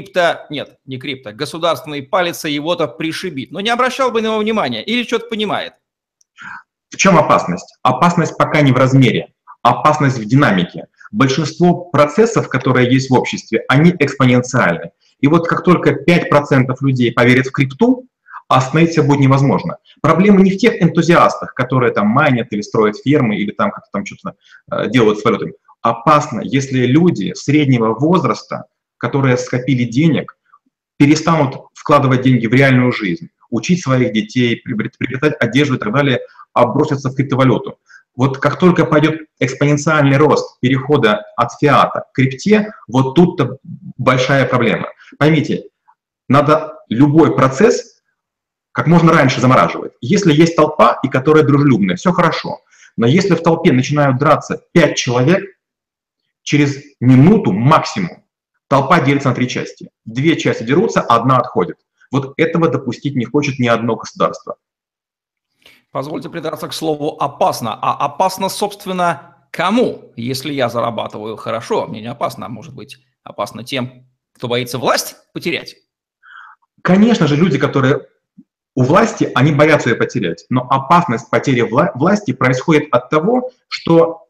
государственной палицей его-то пришибить? Но не обращал бы на него внимания или что-то понимает? В чем опасность? Опасность пока не в размере, опасность в динамике. Большинство процессов, которые есть в обществе, они экспоненциальны. И вот как только 5% людей поверят в крипту, остановиться будет невозможно. Проблема не в тех энтузиастах, которые там майнят или строят фермы, или там как-то там что-то делают с валютами. Опасно, если люди среднего возраста, которые скопили денег, перестанут вкладывать деньги в реальную жизнь, учить своих детей, приобретать одежду и так далее, а бросятся в криптовалюту. Вот как только пойдет экспоненциальный рост перехода от фиата к крипте, вот тут-то большая проблема. Поймите, надо любой процесс как можно раньше замораживать. Если есть толпа, и которая дружелюбная, все хорошо. Но если в толпе начинают драться 5 человек, через минуту максимум толпа делится на 3 части. 2 части дерутся, одна отходит. Вот этого допустить не хочет ни одно государство. Позвольте придраться к слову «опасно». А опасно, собственно, кому? Если я зарабатываю хорошо, мне не опасно, а может быть опасно тем, кто боится власть потерять? Конечно же, люди, которые у власти, они боятся ее потерять. Но опасность потери власти происходит от того, что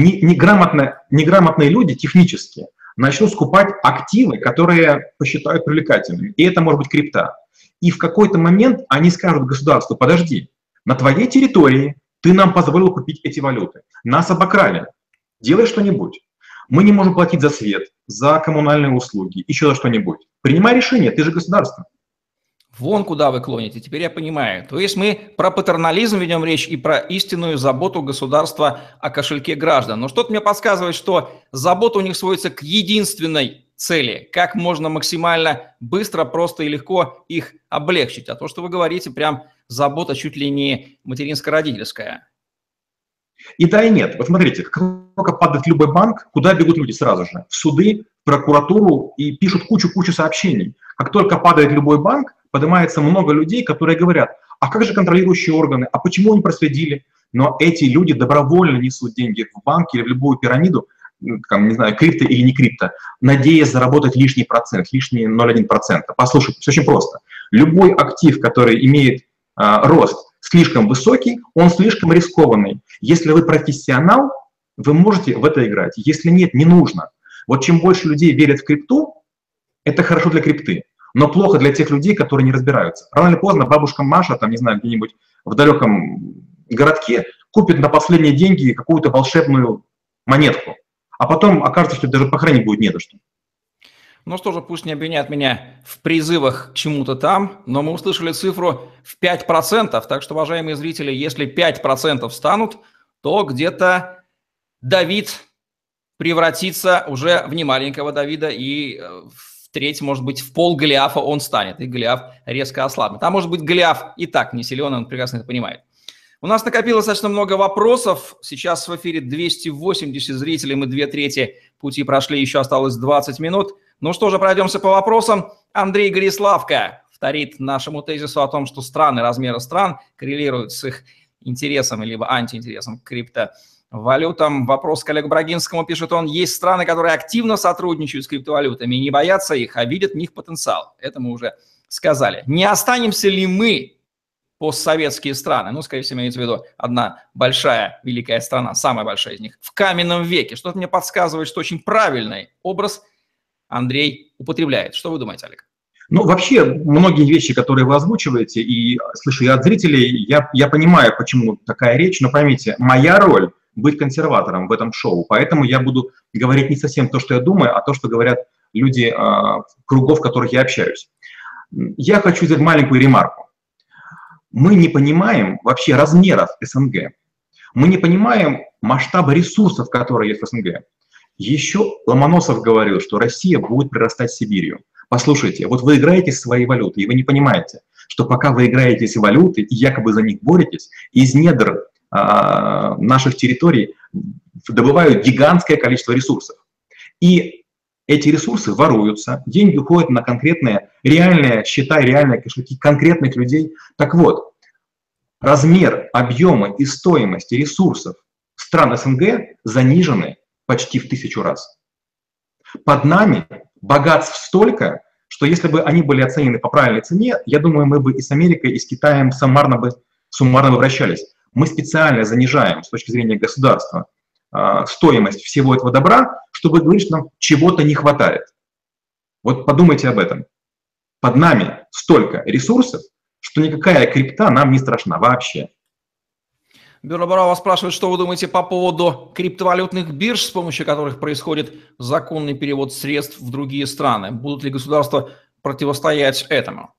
неграмотные люди технически начнут скупать активы, которые посчитают привлекательными. И это может быть крипта. И в какой-то момент они скажут государству: подожди, на твоей территории ты нам позволил купить эти валюты. Нас обокрали. Делай что-нибудь. Мы не можем платить за свет, за коммунальные услуги, еще за что-нибудь. Принимай решение, ты же государство. Вон куда вы клоните, теперь я понимаю. То есть мы про патернализм ведем речь и про истинную заботу государства о кошельке граждан. Но что-то мне подсказывает, что забота у них сводится к единственной цели. Как можно максимально быстро, просто и легко их облегчить. А то, что вы говорите, прям забота чуть ли не материнско-родительская. И да, и нет. Вот смотрите, как только падает любой банк, куда бегут люди сразу же? В суды, в прокуратуру и пишут кучу сообщений. Как только падает любой банк, поднимается много людей, которые говорят: а как же контролирующие органы, а почему они проследили? Но эти люди добровольно несут деньги в банк или в любую пирамиду, там, не знаю, крипто или не крипто, надеясь заработать лишний процент, лишний 0,1%. Послушайте, все очень просто. Любой актив, который имеет рост слишком высокий, он слишком рискованный. Если вы профессионал, вы можете в это играть. Если нет, не нужно. Вот чем больше людей верят в крипту, это хорошо для крипты. Но плохо для тех людей, которые не разбираются. Рано или поздно бабушка Маша, там, не знаю, где-нибудь в далеком городке, купит на последние деньги какую-то волшебную монетку. А потом окажется, что даже похоронить будет не за что. Ну что же, пусть не обвинят меня в призывах к чему-то там, но мы услышали цифру в 5%. Так что, уважаемые зрители, если 5% станут, то где-то Давид превратится уже в немаленького Давида, и в треть, может быть, в пол Голиафа он станет, и Голиаф резко ослабнет. А может быть, Голиаф и так не силен, он прекрасно это понимает. У нас накопилось достаточно много вопросов. Сейчас в эфире 280 зрителей, мы 2/3 пути прошли, еще осталось 20 минут. Ну что же, пройдемся по вопросам. Андрей Гориславко вторит нашему тезису о том, что страны, размеры стран коррелируют с их интересом либо антиинтересом к криптовалютам. Вопрос к Олегу Брагинскому, пишет он: есть страны, которые активно сотрудничают с криптовалютами и не боятся их, а видят в них потенциал. Это мы уже сказали. Не останемся ли мы, постсоветские страны, ну, скорее всего, имеется в виду одна большая, великая страна, самая большая из них, в каменном веке? Что-то мне подсказывает, что очень правильный образ Андрей употребляет. Что вы думаете, Олег? Ну, вообще, многие вещи, которые вы озвучиваете, и слышу я от зрителей, я понимаю, почему такая речь, но поймите, моя роль быть консерватором в этом шоу. Поэтому я буду говорить не совсем то, что я думаю, а то, что говорят люди, кругов, в которых я общаюсь. Я хочу сделать маленькую ремарку. Мы не понимаем вообще размеров СНГ. Мы не понимаем масштаба ресурсов, которые есть в СНГ. Еще Ломоносов говорил, что Россия будет прирастать Сибирью. Послушайте, вот вы играете в свои валюты, и вы не понимаете, что пока вы играете в валюты и якобы за них боретесь, из недр наших территорий добывают гигантское количество ресурсов. И эти ресурсы воруются, деньги уходят на конкретные реальные счета, реальные кошельки конкретных людей. Так вот, размер, объемы и стоимость ресурсов стран СНГ занижены почти в 1000 раз. Под нами богатств столько, что если бы они были оценены по правильной цене, я думаю, мы бы и с Америкой, и с Китаем суммарно бы вращались. Мы специально занижаем с точки зрения государства стоимость всего этого добра, чтобы говорить, что нам чего-то не хватает. Вот подумайте об этом. Под нами столько ресурсов, что никакая крипта нам не страшна вообще. Бюро Бурова спрашивает, что вы думаете по поводу криптовалютных бирж, с помощью которых происходит законный перевод средств в другие страны. Будут ли государства противостоять этому?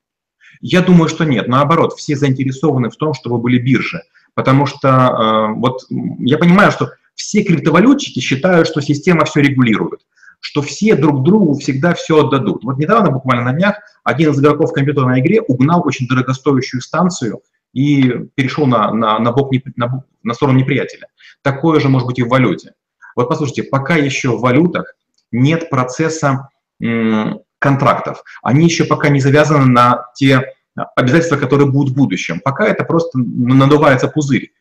Я думаю, что нет. Наоборот, все заинтересованы в том, чтобы были биржи. Потому что вот я понимаю, что все криптовалютчики считают, что система все регулирует, что все друг другу всегда все отдадут. Вот недавно, буквально на днях, один из игроков в компьютерной игре угнал очень дорогостоящую станцию и перешел на сторону неприятеля. Такое же может быть и в валюте. Вот послушайте, пока еще в валютах нет процесса контрактов, они еще пока не завязаны на те обязательства, которые будут в будущем. Пока это просто надувается пузырь.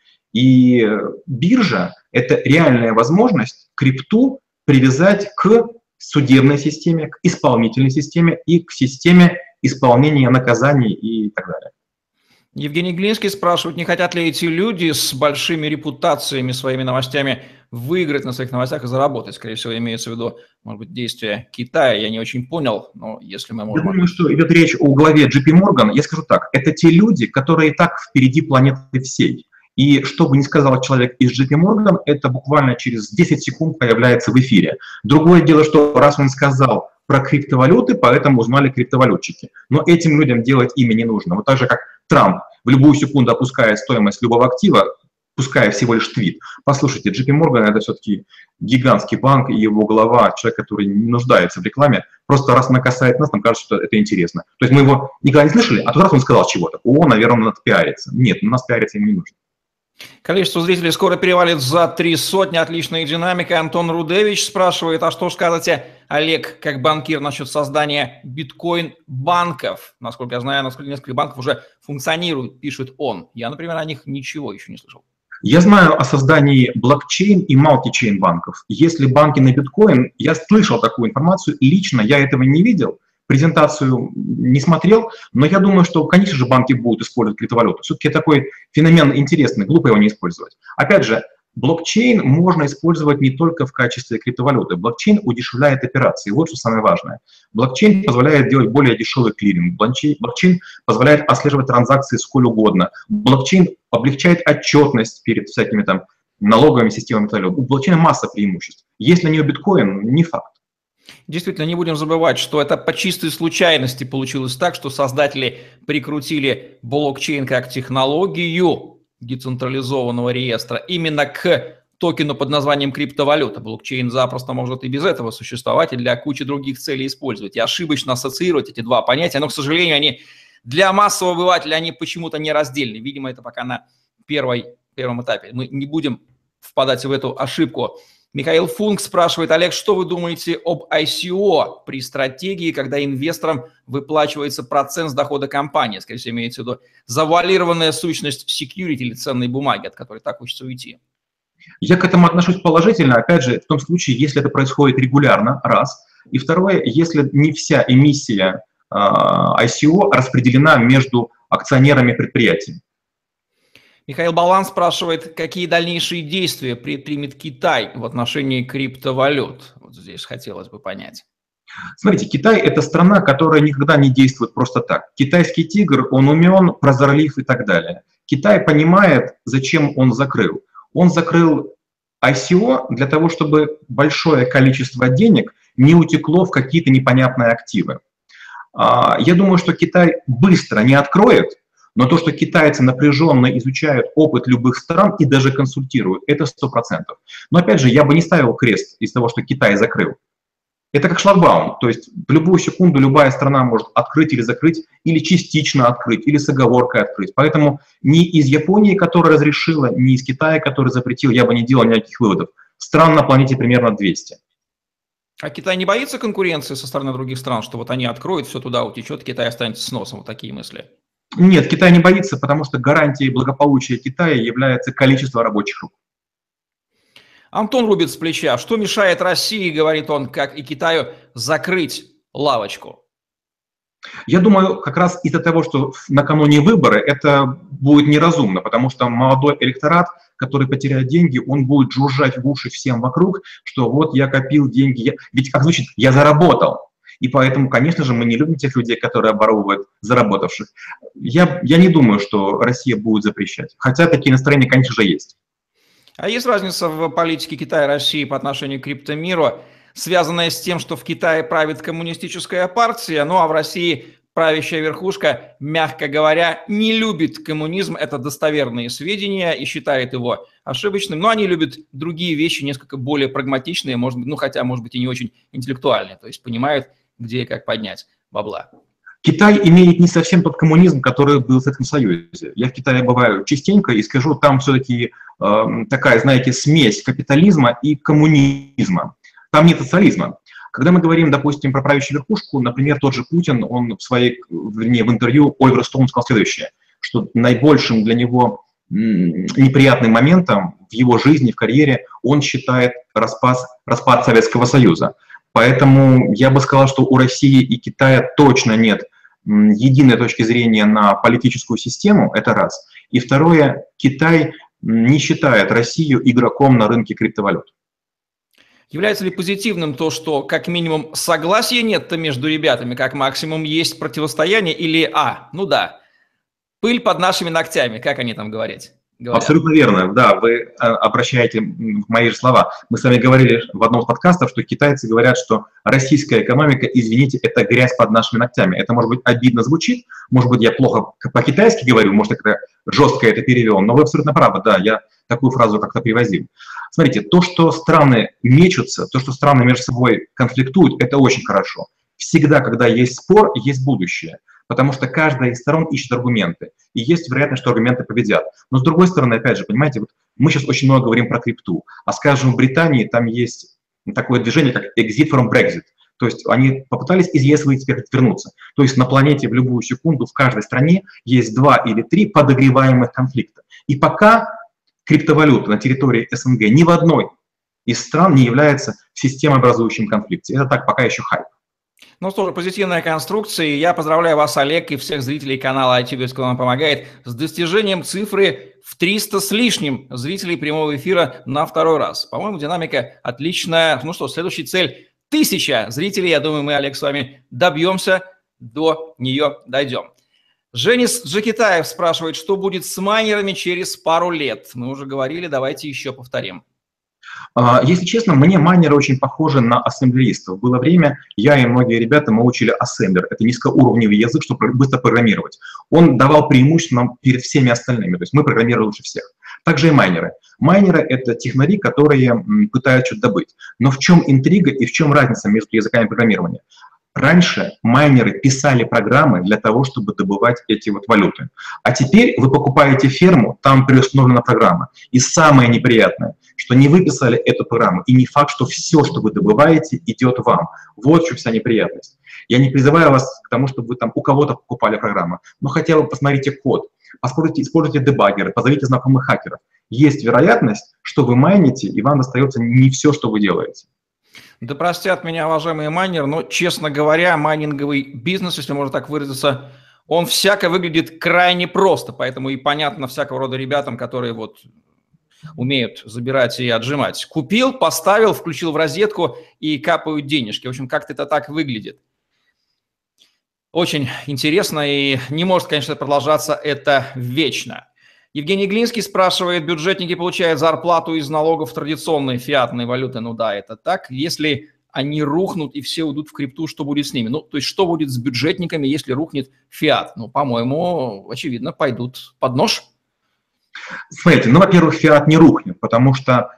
И биржа – это реальная возможность крипту привязать к судебной системе, к исполнительной системе и к системе исполнения наказаний и так далее. Евгений Глинский спрашивает, не хотят ли эти люди с большими репутациями, своими новостями выиграть на своих новостях и заработать. Скорее всего, имеется в виду, может быть, действия Китая. Я не очень понял, но если мы можем... Я думаю, что идет речь о главе JP Morgan. Я скажу так, это те люди, которые и так впереди планеты всей. И что бы ни сказал человек из JP Morgan, это буквально через 10 секунд появляется в эфире. Другое дело, что раз он сказал про криптовалюты, поэтому узнали криптовалютчики. Но этим людям делать имя не нужно. Вот так же, как Трамп в любую секунду опускает стоимость любого актива, пуская всего лишь твит. Послушайте, JP Morgan – это все-таки гигантский банк, и его глава, человек, который не нуждается в рекламе, просто раз она касает нас, нам кажется, что это интересно. То есть мы его никогда не слышали, а тут раз он сказал чего-то. О, наверное, он надо пиариться. Нет, у нас пиариться ему не нужно. Количество зрителей скоро перевалит за 300, отличная динамика. Антон Рудевич спрашивает, а что скажете, Олег, как банкир, насчет создания биткоин-банков? Насколько я знаю, несколько банков уже функционируют, пишет он. Я, например, о них ничего еще не слышал. Я знаю о создании блокчейн и мультичейн банков. Если банки на биткоин, я слышал такую информацию, лично я этого не видел, презентацию не смотрел, но я думаю, что, конечно же, банки будут использовать криптовалюту. Все-таки такой феномен интересный, глупо его не использовать. Опять же, блокчейн можно использовать не только в качестве криптовалюты. Блокчейн удешевляет операции, вот что самое важное. Блокчейн позволяет делать более дешевый клиринг. Блокчейн позволяет отслеживать транзакции сколь угодно. Блокчейн облегчает отчетность перед всякими там налоговыми системами. У блокчейна масса преимуществ. Есть ли у нее биткоин, не факт. Действительно, не будем забывать, что это по чистой случайности получилось так, что создатели прикрутили блокчейн как технологию децентрализованного реестра именно к токену под названием криптовалюта. Блокчейн запросто может и без этого существовать и для кучи других целей использовать. И ошибочно ассоциировать эти два понятия, но, к сожалению, они для массового обывателя они почему-то не раздельны. Видимо, это пока на первом этапе. Мы не будем впадать в эту ошибку. Михаил Функ спрашивает, Олег, что вы думаете об ICO при стратегии, когда инвесторам выплачивается процент с дохода компании? Скорее всего, имеется в виду завуалированная сущность security или ценной бумаги, от которой так хочется уйти. Я к этому отношусь положительно, опять же, в том случае, если это происходит регулярно, раз. И второе, если не вся эмиссия ICO распределена между акционерами предприятий. Михаил Балан спрашивает, какие дальнейшие действия предпримет Китай в отношении криптовалют? Вот здесь хотелось бы понять. Смотрите, Китай – это страна, которая никогда не действует просто так. Китайский тигр, он умен, прозорлив и так далее. Китай понимает, зачем он закрыл. Он закрыл ICO для того, чтобы большое количество денег не утекло в какие-то непонятные активы. Я думаю, что Китай быстро не откроет, но то, что китайцы напряженно изучают опыт любых стран и даже консультируют, это 100%. Но опять же, я бы не ставил крест из того, что Китай закрыл. Это как шлагбаум, то есть в любую секунду любая страна может открыть или закрыть, или частично открыть, или с оговоркой открыть. Поэтому ни из Японии, которая разрешила, ни из Китая, который запретил, я бы не делал никаких выводов. Стран на планете примерно 200. А Китай не боится конкуренции со стороны других стран, что вот они откроют, все туда утечет, Китай останется с носом? Вот такие мысли. Нет, Китай не боится, потому что гарантией благополучия Китая является количество рабочих рук. Антон рубит с плеча. Что мешает России, говорит он, как и Китаю, закрыть лавочку? Я думаю, как раз из-за того, что накануне выборы, это будет неразумно, потому что молодой электорат, который потеряет деньги, он будет жужжать в уши всем вокруг, что вот я копил деньги, ведь как звучит, я заработал. И поэтому, конечно же, мы не любим тех людей, которые оборовывают заработавших. Я не думаю, что Россия будет запрещать, хотя такие настроения, конечно же, есть. А есть разница в политике Китая и России по отношению к криптомиру, связанная с тем, что в Китае правит коммунистическая партия, ну а в России правящая верхушка, мягко говоря, не любит коммунизм, это достоверные сведения, и считает его ошибочным, но они любят другие вещи, несколько более прагматичные, может быть, ну хотя, может быть, и не очень интеллектуальные, то есть понимают, где и как поднять бабла. Китай имеет не совсем тот коммунизм, который был в Советском Союзе. Я в Китае бываю частенько и скажу, там все-таки такая, знаете, смесь капитализма и коммунизма. Там нет социализма. Когда мы говорим, допустим, про правящую верхушку, например, тот же Путин, он в интервью Оливеру Стоуну сказал следующее, что наибольшим для него неприятным моментом в его жизни, в карьере он считает распад Советского Союза. Поэтому я бы сказал, что у России и Китая точно нет единой точки зрения на политическую систему, это раз. И второе, Китай не считает Россию игроком на рынке криптовалют. Является ли позитивным то, что как минимум согласия нет-то между ребятами, как максимум есть противостояние или ну да, пыль под нашими ногтями, как они там говорят? Абсолютно верно, да, вы обращаете мои же слова. Мы с вами говорили в одном из подкастов, что китайцы говорят, что российская экономика, извините, это грязь под нашими ногтями. Это, может быть, обидно звучит, может быть, я плохо по-китайски говорю, может, я жестко это перевел, но вы абсолютно правы, да, я такую фразу как-то привозил. Смотрите, то, что страны мечутся, то, что страны между собой конфликтуют, это очень хорошо. Всегда, когда есть спор, есть будущее. Потому что каждая из сторон ищет аргументы. И есть вероятность, что аргументы победят. Но с другой стороны, опять же, понимаете, вот мы сейчас очень много говорим про крипту. А скажем, в Британии там есть такое движение, как Exit from Brexit. То есть они попытались из ЕС выйти, теперь вернуться. То есть на планете в любую секунду в каждой стране есть 2 или 3 подогреваемых конфликта. И пока криптовалюта на территории СНГ ни в одной из стран не является системообразующим конфликтом. Это так, пока еще хайп. Ну что же, позитивная конструкция. Я поздравляю вас, Олег, и всех зрителей канала ITV, кто нам помогает, с достижением цифры в 300 с лишним зрителей прямого эфира на второй раз. По-моему, динамика отличная. Ну что, следующая цель – 1000 зрителей. Я думаю, мы, Олег, с вами добьемся, до нее дойдем. Женис Джакитаев спрашивает, что будет с майнерами через пару лет. Мы уже говорили, давайте еще повторим. Если честно, мне майнеры очень похожи на ассемблеристов. Было время, я и многие ребята, мы учили ассемблер. Это низкоуровневый язык, чтобы быстро программировать. Он давал преимущество нам перед всеми остальными. То есть мы программировали лучше всех. Также и майнеры. Майнеры — это технари, которые пытаются что-то добыть. Но в чем интрига и в чем разница между языками программирования? Раньше майнеры писали программы для того, чтобы добывать эти вот валюты. А теперь вы покупаете ферму, там предустановлена программа. И самое неприятное, что не вы писали эту программу, и не факт, что все, что вы добываете, идет вам. Вот в чем вся неприятность. Я не призываю вас к тому, чтобы вы там у кого-то покупали программу, но хотя бы посмотрите код, используйте дебаггеры, позовите знакомых хакеров. Есть вероятность, что вы майните, и вам достается не все, что вы делаете. Да простят меня, уважаемые майнеры, но, честно говоря, майнинговый бизнес, если можно так выразиться, он всяко выглядит крайне просто, поэтому и понятно всякого рода ребятам, которые вот умеют забирать и отжимать. Купил, поставил, включил в розетку и капают денежки. В общем, как-то это так выглядит. Очень интересно и не может, конечно, продолжаться это вечно. Евгений Глинский спрашивает, бюджетники получают зарплату из налогов традиционной фиатной валюты. Ну да, это так. Если они рухнут и все уйдут в крипту, что будет с ними? Ну, то есть что будет с бюджетниками, если рухнет фиат? Ну, по-моему, очевидно, пойдут под нож. Смотрите, ну, во-первых, фиат не рухнет, потому что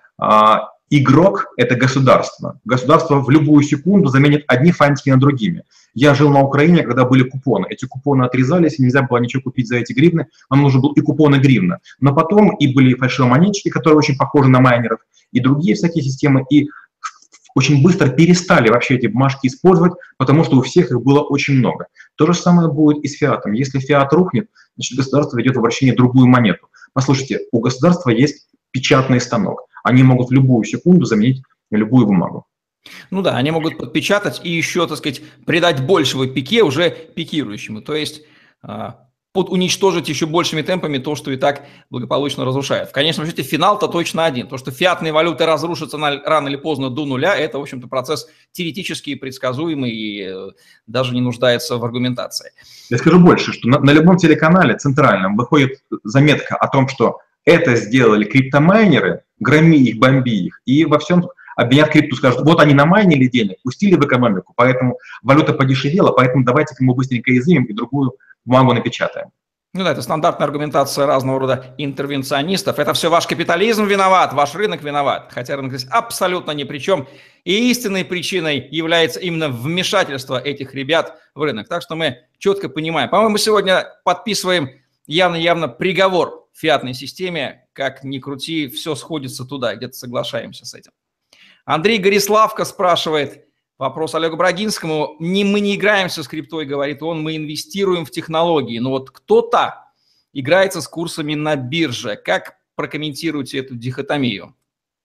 игрок – это государство. Государство в любую секунду заменит одни фантики на другими. Я жил на Украине, когда были купоны. Эти купоны отрезались, и нельзя было ничего купить за эти гривны. Нам нужен был и купон, и гривна. Но потом и были фальшивомонетчики, которые очень похожи на майнеров, и другие всякие системы. И очень быстро перестали вообще эти бумажки использовать, потому что у всех их было очень много. То же самое будет и с фиатом. Если фиат рухнет, значит государство ведет в обращение другую монету. Послушайте, у государства есть печатный станок. Они могут в любую секунду заменить любую бумагу. Ну да, они могут подпечатать и еще, так сказать, придать большего пике уже пикирующему. То есть уничтожить еще большими темпами то, что и так благополучно разрушает. В конечном счете финал-то точно один. То, что фиатные валюты разрушатся рано или поздно до нуля, это, в общем-то, процесс теоретически предсказуемый и даже не нуждается в аргументации. Я скажу больше, что на любом телеканале центральном выходит заметка о том, что это сделали криптомайнеры, громи их, бомби их, и во всем обменят крипту, скажут, вот они намайнили денег, пустили в экономику, поэтому валюта подешевела, поэтому давайте-ка мы быстренько изымем и другую бумагу напечатаем. Ну да, это стандартная аргументация разного рода интервенционистов. Это все ваш капитализм виноват, ваш рынок виноват. Хотя рынок здесь абсолютно ни при чем. И истинной причиной является именно вмешательство этих ребят в рынок. Так что мы четко понимаем. По-моему, мы сегодня подписываем явно приговор фиатной системе. Как ни крути, все сходится туда, где-то соглашаемся с этим. Андрей Гориславко спрашивает, вопрос Олегу Брагинскому. Мы не играемся с криптой, говорит он, мы инвестируем в технологии. Но вот кто-то играется с курсами на бирже. Как прокомментируете эту дихотомию?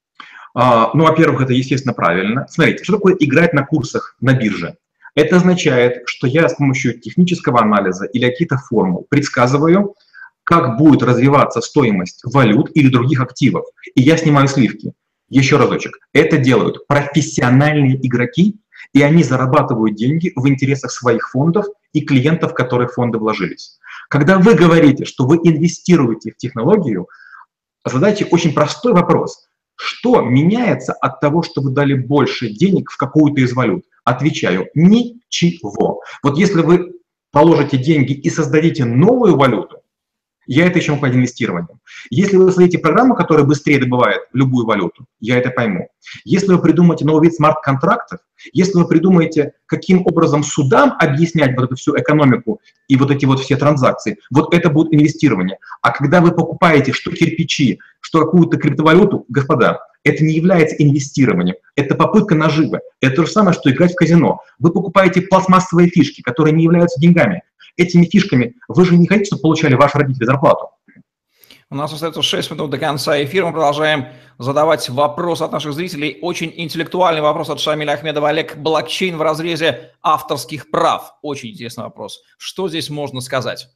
Ну, во-первых, это, естественно, правильно. Смотрите, что такое играть на курсах на бирже? Это означает, что я с помощью технического анализа или каких-то формул предсказываю, как будет развиваться стоимость валют или других активов. И я снимаю сливки. Еще разочек. Это делают профессиональные игроки, и они зарабатывают деньги в интересах своих фондов и клиентов, в которые фонды вложились. Когда вы говорите, что вы инвестируете в технологию, задайте очень простой вопрос. Что меняется от того, что вы дали больше денег в какую-то из валют? Отвечаю, ничего. Вот если вы положите деньги и создадите новую валюту, я это еще могу под инвестированием. Если вы создадите программу, которая быстрее добывает любую валюту, я это пойму. Если вы придумаете новый вид смарт-контрактов, если вы придумаете, каким образом судам объяснять вот эту всю экономику и вот эти вот все транзакции, вот это будет инвестирование. А когда вы покупаете что кирпичи, что какую-то криптовалюту, господа, это не является инвестированием, это попытка наживы. Это то же самое, что играть в казино. Вы покупаете пластмассовые фишки, которые не являются деньгами. Этими фишками вы же не хотите, чтобы получали ваши родители зарплату. У нас остается 6 минут до конца эфира. Мы продолжаем задавать вопросы от наших зрителей. Очень интеллектуальный вопрос от Шамиля Ахмедова. Олег, блокчейн в разрезе авторских прав. Очень интересный вопрос. Что здесь можно сказать?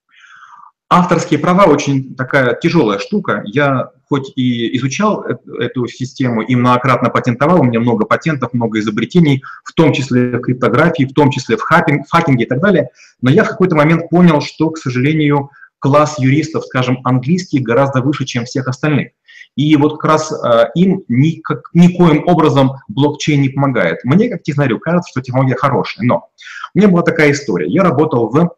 Авторские права очень такая тяжелая штука. Я хоть и изучал эту систему и многократно патентовал, у меня много патентов, много изобретений, в том числе в криптографии, в том числе в хакинге и так далее. Но я в какой-то момент понял, что, к сожалению, класс юристов, скажем, английский гораздо выше, чем всех остальных. И вот как раз им никоим образом блокчейн не помогает. Мне, как технарю, кажется, что технология хорошая. Но у меня была такая история. Я работал в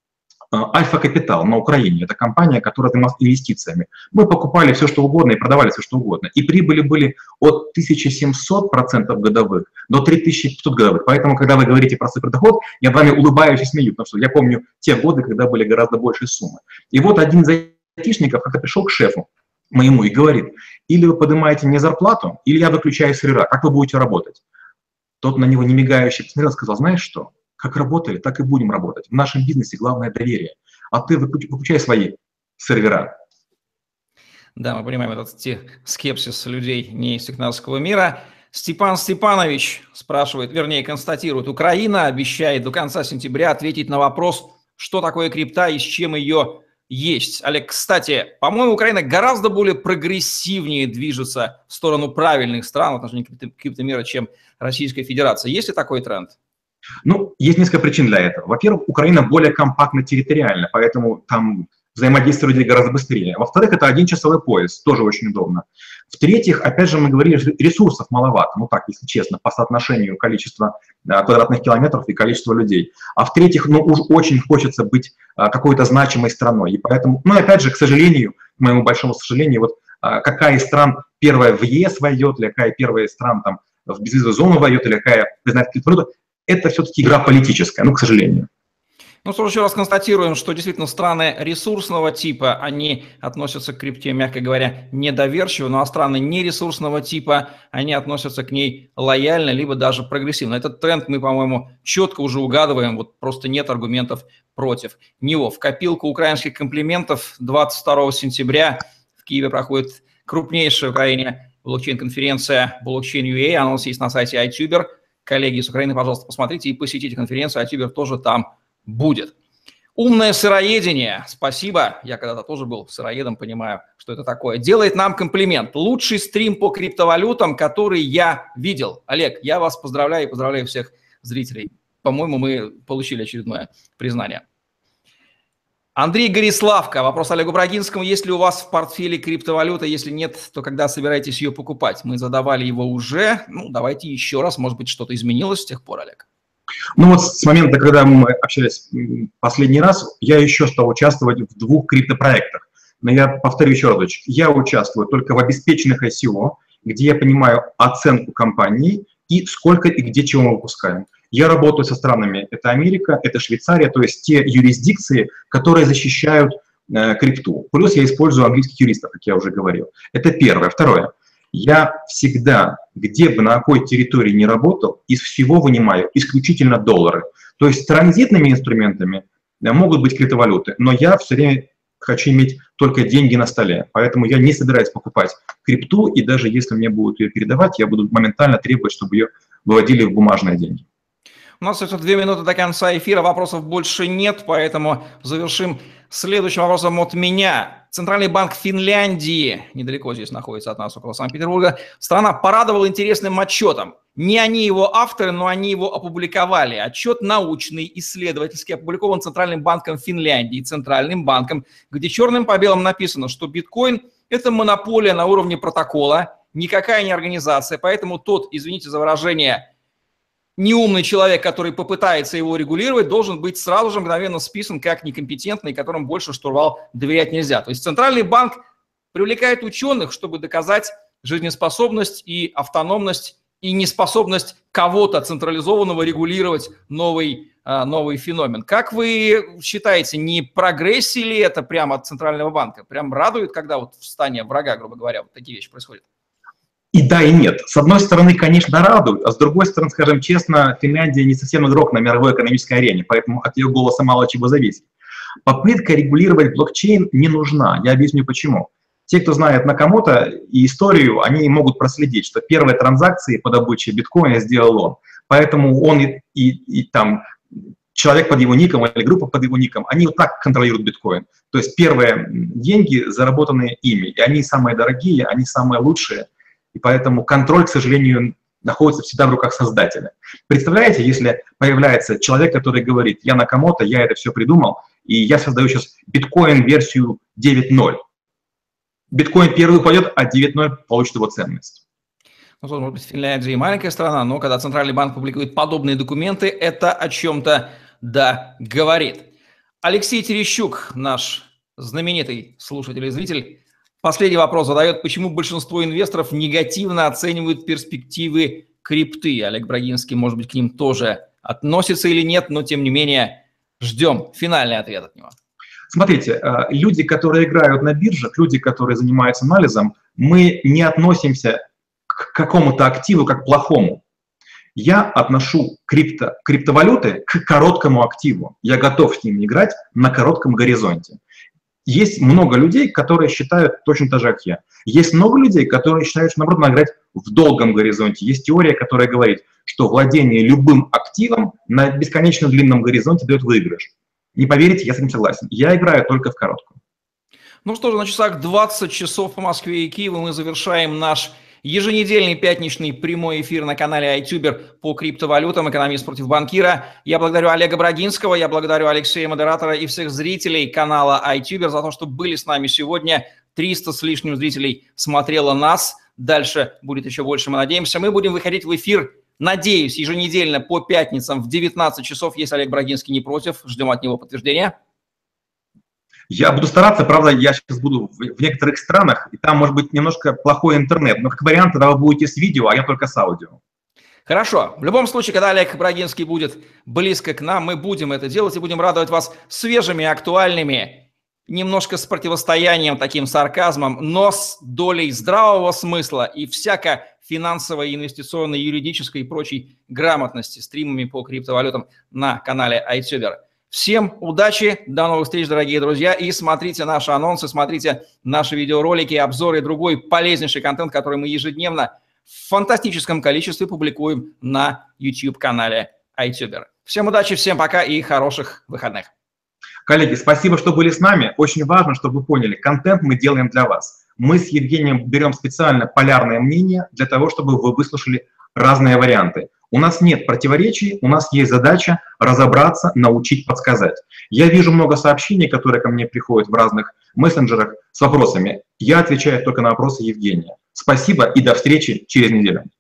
Альфа Капитал на Украине. Это компания, которая занималась инвестициями. Мы покупали все, что угодно и продавали все, что угодно. И прибыли были от 1700% годовых до 3500 годовых. Поэтому, когда вы говорите про супердоход, я вами улыбаюсь и смеюсь, потому что я помню те годы, когда были гораздо большие суммы. И вот один из айтишников как-то пришел к шефу моему и говорит, или вы поднимаете мне зарплату, или я выключаю сервера. Как вы будете работать? Тот на него немигающе посмотрел и сказал, знаешь что? Как работали, так и будем работать. В нашем бизнесе главное доверие. А ты выключай свои сервера. Да, мы понимаем этот скепсис людей не из технического мира. Степан Степанович спрашивает, вернее констатирует, Украина обещает до конца сентября ответить на вопрос, что такое крипта и с чем ее есть. Олег, кстати, по-моему, Украина гораздо более прогрессивнее движется в сторону правильных стран в отношении криптомира, чем Российская Федерация. Есть ли такой тренд? Ну, есть несколько причин для этого. Во-первых, Украина более компактна территориально, поэтому там взаимодействие людей гораздо быстрее. Во-вторых, это 1 часовой пояс, тоже очень удобно. В-третьих, опять же, мы говорили, ресурсов маловато, ну так, если честно, по соотношению количества квадратных километров и количества людей. А в-третьих, ну уж очень хочется быть какой-то значимой страной. И поэтому, ну опять же, к сожалению, к моему большому сожалению, вот какая из стран первая в ЕС войдет, или какая первая из стран там в безвизовую зону войдет, или какая признает криптовалюту, это все-таки игра политическая, ну, к сожалению. Ну, что еще раз констатируем, что действительно страны ресурсного типа, они относятся к крипте, мягко говоря, недоверчиво, ну а страны нересурсного типа, они относятся к ней лояльно, либо даже прогрессивно. Этот тренд мы, по-моему, четко уже угадываем, вот просто нет аргументов против него. В копилку украинских комплиментов 22 сентября в Киеве проходит крупнейшая в Украине блокчейн-конференция Blockchain.ua, анонс есть на сайте iTuber. Коллеги из Украины, пожалуйста, посмотрите и посетите конференцию, iTuber тоже там будет. Умное сыроедение, спасибо, я когда-то тоже был сыроедом, понимаю, что это такое, делает нам комплимент. Лучший стрим по криптовалютам, который я видел. Олег, я вас поздравляю и поздравляю всех зрителей. По-моему, мы получили очередное признание. Андрей Гориславко, вопрос Олегу Брагинскому. Есть ли у вас в портфеле криптовалюта? Если нет, то когда собираетесь ее покупать? Мы задавали его уже. Ну, давайте еще раз. Может быть, что-то изменилось с тех пор, Олег? Ну вот с момента, когда мы общались последний раз, я еще стал участвовать в 2 криптопроектах. Но я повторю еще разочек. Я участвую только в обеспеченных ICO, где я понимаю оценку компании и сколько и где чего мы выпускаем. Я работаю со странами, это Америка, это Швейцария, то есть те юрисдикции, которые защищают крипту. Плюс я использую английских юристов, как я уже говорил. Это первое. Второе. Я всегда, где бы на какой территории не работал, из всего вынимаю исключительно доллары. То есть транзитными инструментами могут быть криптовалюты, но я все время хочу иметь только деньги на столе. Поэтому я не собираюсь покупать крипту, и даже если мне будут ее передавать, я буду моментально требовать, чтобы ее выводили в бумажные деньги. У нас еще 2 минуты до конца эфира, вопросов больше нет, поэтому завершим следующим вопросом от меня. Центральный банк Финляндии, недалеко здесь находится от нас, около Санкт-Петербурга, страна порадовала интересным отчетом. Не они его авторы, но они его опубликовали. Отчет научный, исследовательский, опубликован Центральным банком Финляндии, Центральным банком, где черным по белому написано, что биткоин – это монополия на уровне протокола, никакая не организация, поэтому тот, извините за выражение, неумный человек, который попытается его регулировать, должен быть сразу же мгновенно списан как некомпетентный, которому больше штурвал доверять нельзя. То есть Центральный банк привлекает ученых, чтобы доказать жизнеспособность и автономность и неспособность кого-то централизованного регулировать новый феномен. Как вы считаете, не прогрессия ли это прямо от Центрального банка? Прям радует, когда вот в стане врага, грубо говоря, вот такие вещи происходят? И да, и нет. С одной стороны, конечно, радует, а с другой стороны, скажем честно, Финляндия не совсем игрок на мировой экономической арене, поэтому от ее голоса мало чего зависит. Попытка регулировать блокчейн не нужна. Я объясню почему. Те, кто знает Накамото и историю, они могут проследить, что первые транзакции по добыче биткоина сделал он. Поэтому он и там человек под его ником или группа под его ником, они вот так контролируют биткоин. То есть первые деньги заработаны ими, и они самые дорогие, они самые лучшие. И поэтому контроль, к сожалению, находится всегда в руках создателя. Представляете, если появляется человек, который говорит, я Накамото, я это все придумал, и я создаю сейчас биткоин-версию 9.0. Биткоин первый упадет, а 9.0 получит его ценность. Ну, может быть, Финляндия маленькая страна, но когда Центральный банк публикует подобные документы, это о чем-то да говорит. Алексей Терещук, наш знаменитый слушатель и зритель, последний вопрос задает, почему большинство инвесторов негативно оценивают перспективы крипты. Олег Брагинский, может быть, к ним тоже относится или нет, но тем не менее ждем финальный ответ от него. Смотрите, люди, которые играют на биржах, люди, которые занимаются анализом, мы не относимся к какому-то активу как к плохому. Я отношу криптовалюты к короткому активу. Я готов с ними играть на коротком горизонте. Есть много людей, которые считают точно так же, как я. Есть много людей, которые считают, что, наоборот, надо играть в долгом горизонте. Есть теория, которая говорит, что владение любым активом на бесконечно длинном горизонте дает выигрыш. Не поверите, я с этим согласен. Я играю только в короткую. Ну что же, на часах 20 часов по Москве и Киеву мы завершаем наш Еженедельный пятничный прямой эфир на канале iTuber по криптовалютам «Экономист против банкира». Я благодарю Олега Брагинского, я благодарю Алексея, модератора, и всех зрителей канала iTuber за то, что были с нами сегодня. 300 с лишним зрителей смотрело нас. Дальше будет еще больше, мы надеемся. Мы будем выходить в эфир, надеюсь, еженедельно по пятницам в 19 часов, если Олег Брагинский не против. Ждем от него подтверждения. Я буду стараться, правда, я сейчас буду в некоторых странах, и там может быть немножко плохой интернет, но как вариант тогда вы будете с видео, а я только с аудио. Хорошо. В любом случае, когда Олег Брагинский будет близко к нам, мы будем это делать и будем радовать вас свежими, актуальными, немножко с противостоянием, таким сарказмом, но с долей здравого смысла и всяко финансовой, инвестиционной, юридической и прочей грамотности стримами по криптовалютам на канале iTuber. Всем удачи, до новых встреч, дорогие друзья, и смотрите наши анонсы, смотрите наши видеоролики, обзоры и другой полезнейший контент, который мы ежедневно в фантастическом количестве публикуем на YouTube-канале iTuber. Всем удачи, всем пока и хороших выходных. Коллеги, спасибо, что были с нами. Очень важно, чтобы вы поняли, контент мы делаем для вас. Мы с Евгением берем специально полярное мнение для того, чтобы вы выслушали разные варианты. У нас нет противоречий, у нас есть задача разобраться, научить, подсказать. Я вижу много сообщений, которые ко мне приходят в разных мессенджерах с вопросами. Я отвечаю только на вопросы Евгения. Спасибо и до встречи через неделю.